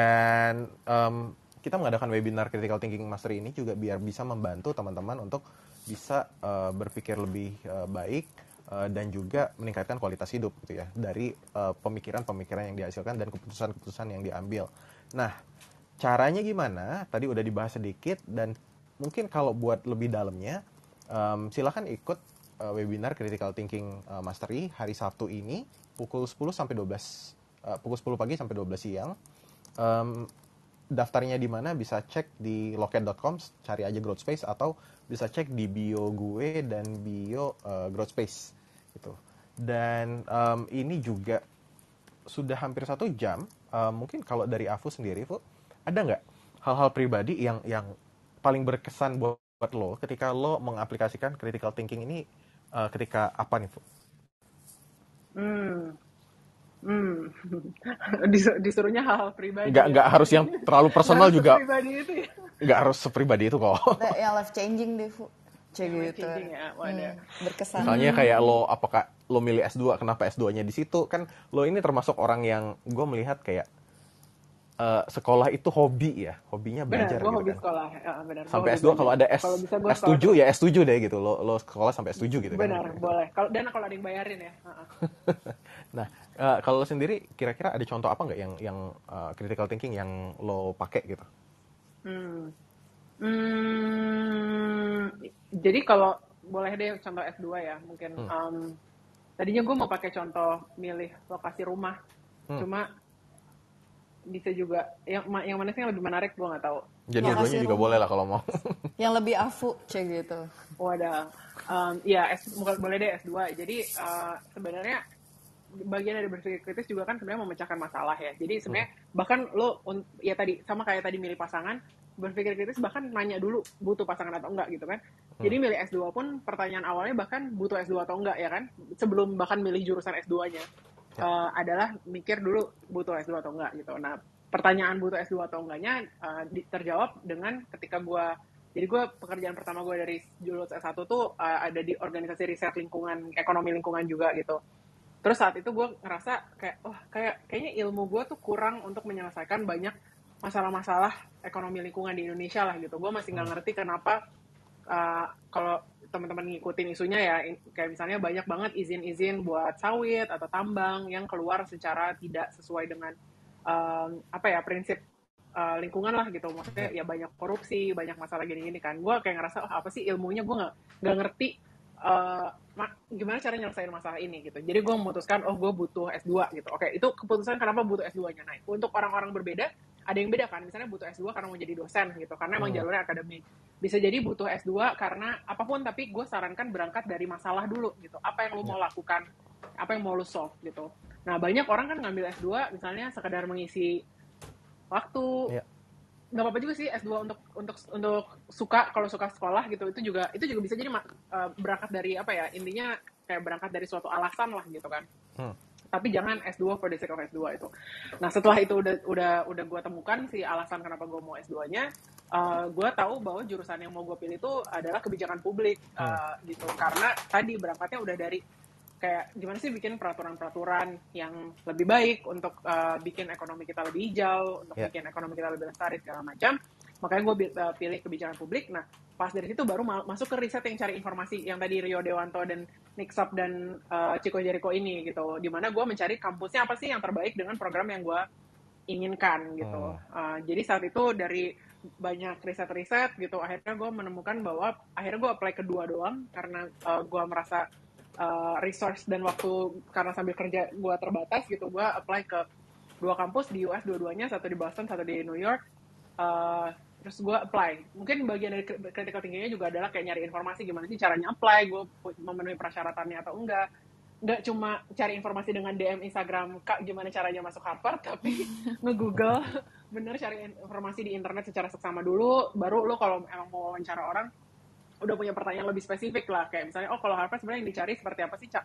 Dan kita mengadakan webinar Critical Thinking Mastery ini juga biar bisa membantu teman-teman untuk bisa berpikir lebih baik dan juga meningkatkan kualitas hidup gitu ya dari pemikiran-pemikiran yang dihasilkan dan keputusan-keputusan yang diambil. Nah, caranya gimana? Tadi udah dibahas sedikit dan mungkin kalau buat lebih dalamnya silakan ikut webinar Critical Thinking Mastery hari Sabtu ini pukul 10 sampai 12 pukul 10 pagi sampai 12 siang. Daftarnya di mana bisa cek di loket.com, cari aja Growth Space atau bisa cek di bio gue dan bio Growth Space gitu. Dan ini juga sudah hampir 1 jam. Mungkin kalau dari Afu sendiri, Fu, ada nggak hal-hal pribadi yang paling berkesan buat lo ketika lo mengaplikasikan critical thinking ini ketika apa nih, Fu? Disuruhnya hal-hal pribadi Nggak ya. nggak harus yang terlalu personal Nggak harus juga. sepribadi itu ya. Nggak harus sepribadi itu kok. Yang life changing deh, Fu. Yang life Gitu. changing ya, waduh. Berkesan. Misalnya kayak lo, apakah lo milih S2, kenapa S2-nya di situ? Kan lo ini termasuk orang yang gue melihat kayak sekolah itu hobi ya, hobinya Benar, belajar gue gitu hobi kan. sekolah. Ya, benar, gua Sampai hobi S2 kalau belajar. ada Kalau bisa gue S7 sekolah ya S7 deh gitu. Lo sekolah sampai S7 gitu kan. benar, boleh. Kalau ada yang bayarin ya. Nah, kalau lo sendiri kira-kira ada contoh apa nggak yang critical thinking yang lo pakai gitu? Jadi kalau boleh deh contoh S2 ya, mungkin tadinya gue mau pakai contoh milih lokasi rumah, cuma bisa juga yang mana sih yang lebih menarik gue nggak tahu. Jadi Lokasi dua-duanya juga rumah. boleh lah kalau mau. Yang lebih afu, gitu. Wadah, ya boleh deh S2. Jadi sebenarnya bagian dari berpikir kritis juga kan sebenarnya memecahkan masalah ya. Jadi sebenarnya bahkan lo ya tadi sama kayak tadi milih pasangan, berpikir kritis bahkan nanya dulu butuh pasangan atau enggak gitu kan. Jadi milih S2 pun pertanyaan awalnya bahkan butuh S2 atau enggak ya kan. Sebelum bahkan milih jurusan S2-nya adalah mikir dulu butuh S2 atau enggak gitu. Nah, pertanyaan butuh S2 atau enggaknya terjawab dengan ketika jadi gue pekerjaan pertama gue dari lulus S1 tuh ada di organisasi riset lingkungan, ekonomi lingkungan juga gitu. Terus saat itu gue ngerasa kayaknya ilmu gue tuh kurang untuk menyelesaikan banyak masalah-masalah ekonomi lingkungan di Indonesia lah gitu. Gue masih nggak ngerti kenapa kalau teman-teman ngikutin isunya ya, kayak misalnya banyak banget izin-izin buat sawit atau tambang yang keluar secara tidak sesuai dengan prinsip lingkungan lah gitu. Maksudnya ya banyak korupsi, banyak masalah gini-gini kan. Gue kayak ngerasa apa sih ilmunya, gue nggak ngerti gimana cara nyelesain masalah ini gitu. Jadi gue memutuskan gue butuh S2 gitu. Oke, itu keputusan kenapa butuh S2-nya. Nah, untuk orang-orang berbeda ada yang beda kan. Misalnya butuh S2 karena mau jadi dosen gitu, karena emang jalurnya akademik. Bisa jadi butuh S2 karena apapun, tapi gue sarankan berangkat dari masalah dulu gitu. Apa yang lo mau lakukan, apa yang mau lo solve gitu. Nah, banyak orang kan ngambil S2 misalnya sekedar mengisi waktu. Nggak apa-apa juga sih S2 untuk suka, kalau suka sekolah gitu, itu juga bisa jadi berangkat dari intinya kayak berangkat dari suatu alasan lah gitu kan. Tapi jangan S2 for the sake of S2 itu. Nah, setelah itu udah gue temukan si alasan kenapa gue mau S2-nya, gue tahu bahwa jurusan yang mau gue pilih itu adalah kebijakan publik gitu. Karena tadi berangkatnya udah dari kayak gimana sih bikin peraturan-peraturan yang lebih baik untuk bikin ekonomi kita lebih hijau, untuk bikin ekonomi kita lebih lestari segala macam. Makanya gue pilih kebijakan publik. Nah, pas dari situ baru masuk ke riset yang cari informasi yang tadi Rio Dewanto dan Nick Sop dan Chico Jericho ini gitu. Dimana gue mencari kampusnya apa sih yang terbaik dengan program yang gue inginkan gitu. Jadi saat itu dari banyak riset-riset gitu, akhirnya gue menemukan bahwa akhirnya gue apply kedua doang karena gue merasa resource dan waktu karena sambil kerja gue terbatas gitu. Gue apply ke 2 kampus di US dua-duanya, satu di Boston, satu di New York. Terus gue apply. Mungkin bagian dari critical thinking-nya juga adalah kayak nyari informasi gimana sih caranya apply, gue memenuhi persyaratannya atau enggak. Nggak cuma cari informasi dengan DM Instagram, Kak gimana caranya masuk Harvard, tapi nge-google, bener cari informasi di internet secara seksama dulu, baru lo kalau emang mau wawancara orang, udah punya pertanyaan lebih spesifik lah. Kayak misalnya, kalau Harvard sebenarnya yang dicari seperti apa sih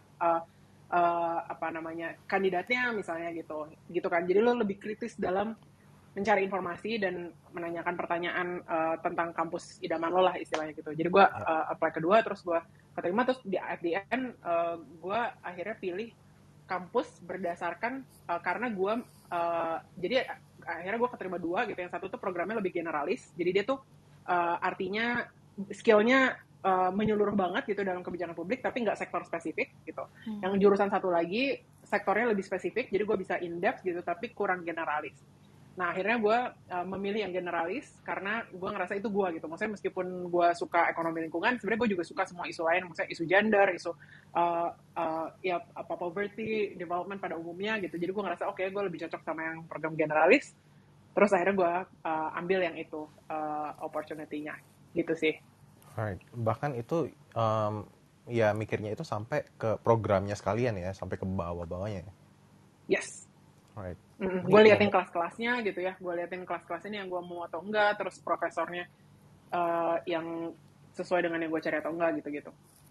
kandidatnya misalnya gitu kan. Jadi lo lebih kritis dalam mencari informasi dan menanyakan pertanyaan tentang kampus idaman lo lah istilahnya gitu. Jadi gue apply kedua, terus gue keterima, terus at the end gue akhirnya pilih kampus berdasarkan karena gue jadi akhirnya gue keterima 2 gitu. Yang satu tuh programnya lebih generalis, jadi dia tuh artinya skillnya menyeluruh banget gitu dalam kebijakan publik, tapi nggak sektor spesifik gitu. Yang jurusan satu lagi sektornya lebih spesifik, jadi gue bisa in-depth gitu, tapi kurang generalis. Nah, akhirnya gue memilih yang generalis karena gue ngerasa itu gue gitu. Maksudnya meskipun gue suka ekonomi lingkungan, sebenarnya gue juga suka semua isu lain, maksudnya isu gender, isu ya apa poverty, development pada umumnya gitu. Jadi gue ngerasa oke, gue lebih cocok sama yang program generalis. Terus akhirnya gue ambil yang itu opportunity-nya gitu sih. Alright. Bahkan itu ya mikirnya itu sampai ke programnya sekalian ya, sampai ke bawah-bawahnya. Yes. Alright. Gue liatin kelas-kelasnya gitu ya, gue liatin kelas-kelasnya yang gue mau atau enggak, terus profesornya yang sesuai dengan yang gue cari atau enggak gitu-gitu.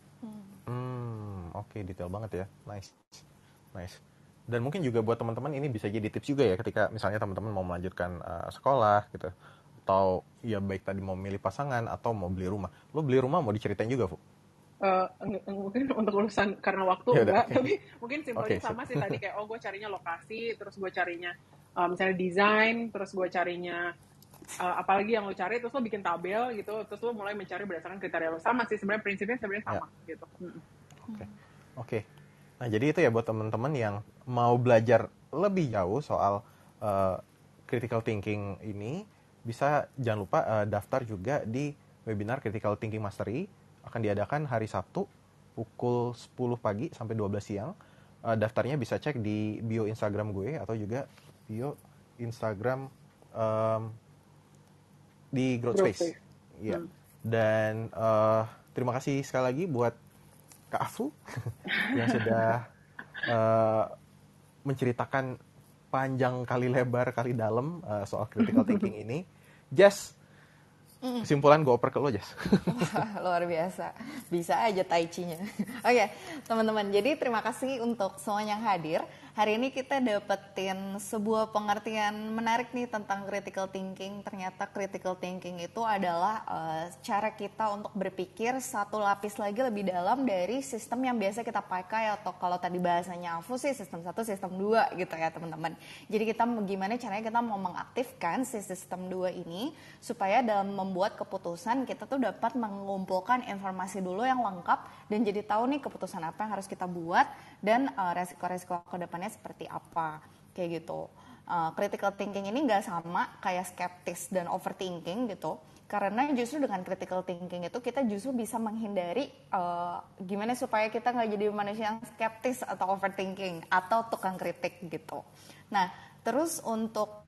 Oke, detail banget ya. Nice. Dan mungkin juga buat teman-teman ini bisa jadi tips juga ya ketika misalnya teman-teman mau melanjutkan sekolah gitu. Atau ya baik tadi mau milih pasangan atau mau beli rumah. Lo beli rumah mau diceritain juga, Bu? Mungkin untuk urusan karena waktu Yaudah, enggak, okay. Tapi mungkin simpelnya sama sih tadi kayak gue carinya lokasi, terus gue carinya misalnya desain, terus gue carinya apalagi yang lo cari, terus lo bikin tabel gitu, terus lo mulai mencari berdasarkan kriteria lo. Sama sih sebenarnya, prinsipnya sebenarnya sama gitu. Oke. Nah, jadi itu ya buat teman-teman yang mau belajar lebih jauh soal critical thinking ini, bisa jangan lupa daftar juga di webinar Critical Thinking Mastery. Akan diadakan hari Sabtu pukul 10 pagi sampai 12 siang. Daftarnya bisa cek di bio Instagram gue atau juga bio Instagram di Growth Space. Iya. Dan terima kasih sekali lagi buat Kak Afu yang sudah menceritakan panjang kali lebar kali dalam soal critical thinking ini. Jess, kesimpulan gue oper ke lo, Jess. Wah, luar biasa. Bisa aja tai chi-nya. Oke, teman-teman. Jadi terima kasih untuk semuanya yang hadir. Hari ini kita dapetin sebuah pengertian menarik nih tentang critical thinking. Ternyata critical thinking itu adalah cara kita untuk berpikir satu lapis lagi lebih dalam dari sistem yang biasa kita pakai, atau kalau tadi bahasanya Afu sih sistem 1, sistem 2 gitu ya teman-teman. Jadi kita gimana caranya kita mau mengaktifkan si sistem 2 ini supaya dalam membuat keputusan kita tuh dapat mengumpulkan informasi dulu yang lengkap dan jadi tahu nih keputusan apa yang harus kita buat dan resiko-resiko ke depannya seperti apa, kayak gitu. Critical thinking ini nggak sama kayak skeptis dan overthinking gitu, karena justru dengan critical thinking itu kita justru bisa menghindari gimana supaya kita nggak jadi manusia yang skeptis atau overthinking atau tukang kritik gitu. Nah, terus untuk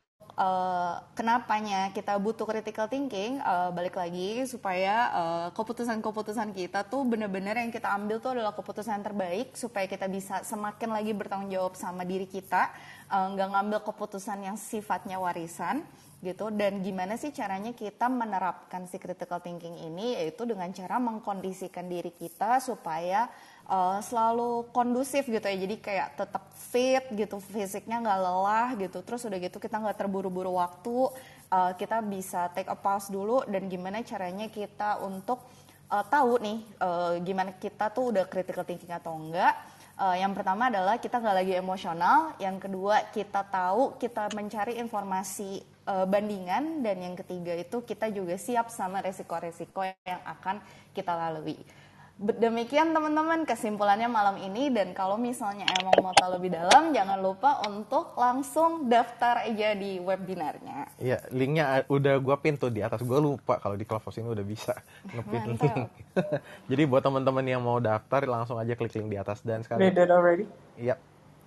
kenapanya kita butuh critical thinking, balik lagi supaya keputusan-keputusan kita tuh benar-benar yang kita ambil tuh adalah keputusan yang terbaik, supaya kita bisa semakin lagi bertanggung jawab sama diri kita, nggak ngambil keputusan yang sifatnya warisan gitu. Dan gimana sih caranya kita menerapkan si critical thinking ini, yaitu dengan cara mengkondisikan diri kita supaya selalu kondusif gitu ya, jadi kayak tetap fit gitu, fisiknya nggak lelah gitu, terus udah gitu kita nggak terburu-buru waktu, kita bisa take a pause dulu, dan gimana caranya kita untuk tahu nih gimana kita tuh udah critical thinking atau enggak. Yang pertama adalah kita nggak lagi emosional, yang kedua kita tahu kita mencari informasi bandingan, dan yang ketiga itu kita juga siap sama resiko-resiko yang akan kita lalui. Demikian teman-teman kesimpulannya malam ini, dan kalau misalnya emang mau tahu lebih dalam jangan lupa untuk langsung daftar aja di webinarnya. Iya, linknya udah gue pin tuh di atas. Gue lupa kalau di Clubhouse ini udah bisa ngepin link. Jadi buat teman-teman yang mau daftar langsung aja klik link di atas. Dan sekali They did already? Iya.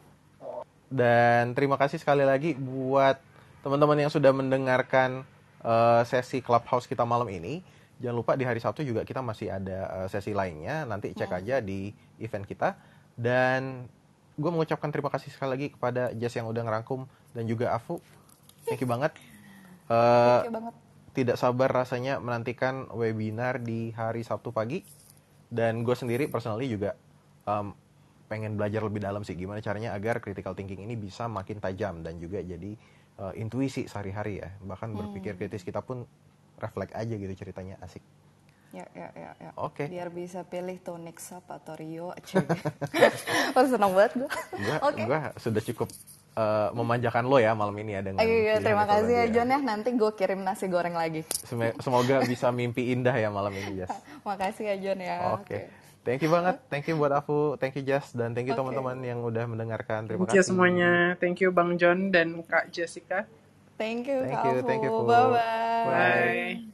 Dan terima kasih sekali lagi buat teman-teman yang sudah mendengarkan sesi Clubhouse kita malam ini. Jangan lupa di hari Sabtu juga kita masih ada sesi lainnya. Nanti cek aja di event kita. Dan gue mengucapkan terima kasih sekali lagi kepada Jess yang udah ngerangkum, dan juga Afu. Thank you banget. Thank you banget. Tidak sabar rasanya menantikan webinar di hari Sabtu pagi. Dan gue sendiri personally juga pengen belajar lebih dalam sih gimana caranya agar critical thinking ini bisa makin tajam dan juga jadi intuisi sehari-hari ya. Bahkan berpikir kritis kita pun refleks aja gitu, ceritanya asik. Ya. Oke. Biar bisa pilih tuh Next Up atau Rio. Oh, seneng banget gue. Gue sudah cukup memanjakan lo ya malam ini ya dengan Iya, pilihan terima itu kasih ya tadi John ya. Nanti gue kirim nasi goreng lagi. Semoga bisa mimpi indah ya malam ini, Jas. Makasih ya John ya. Oke. Thank you banget. Thank you buat Afu, thank you Jas, dan thank you Oke. teman-teman yang udah mendengarkan. Terima Thank you kasih. semuanya. Thank you Bang John dan Kak Jessica. Thank you, Thank Kak you, thank you, Afu. Fu. Bye-bye. Bye.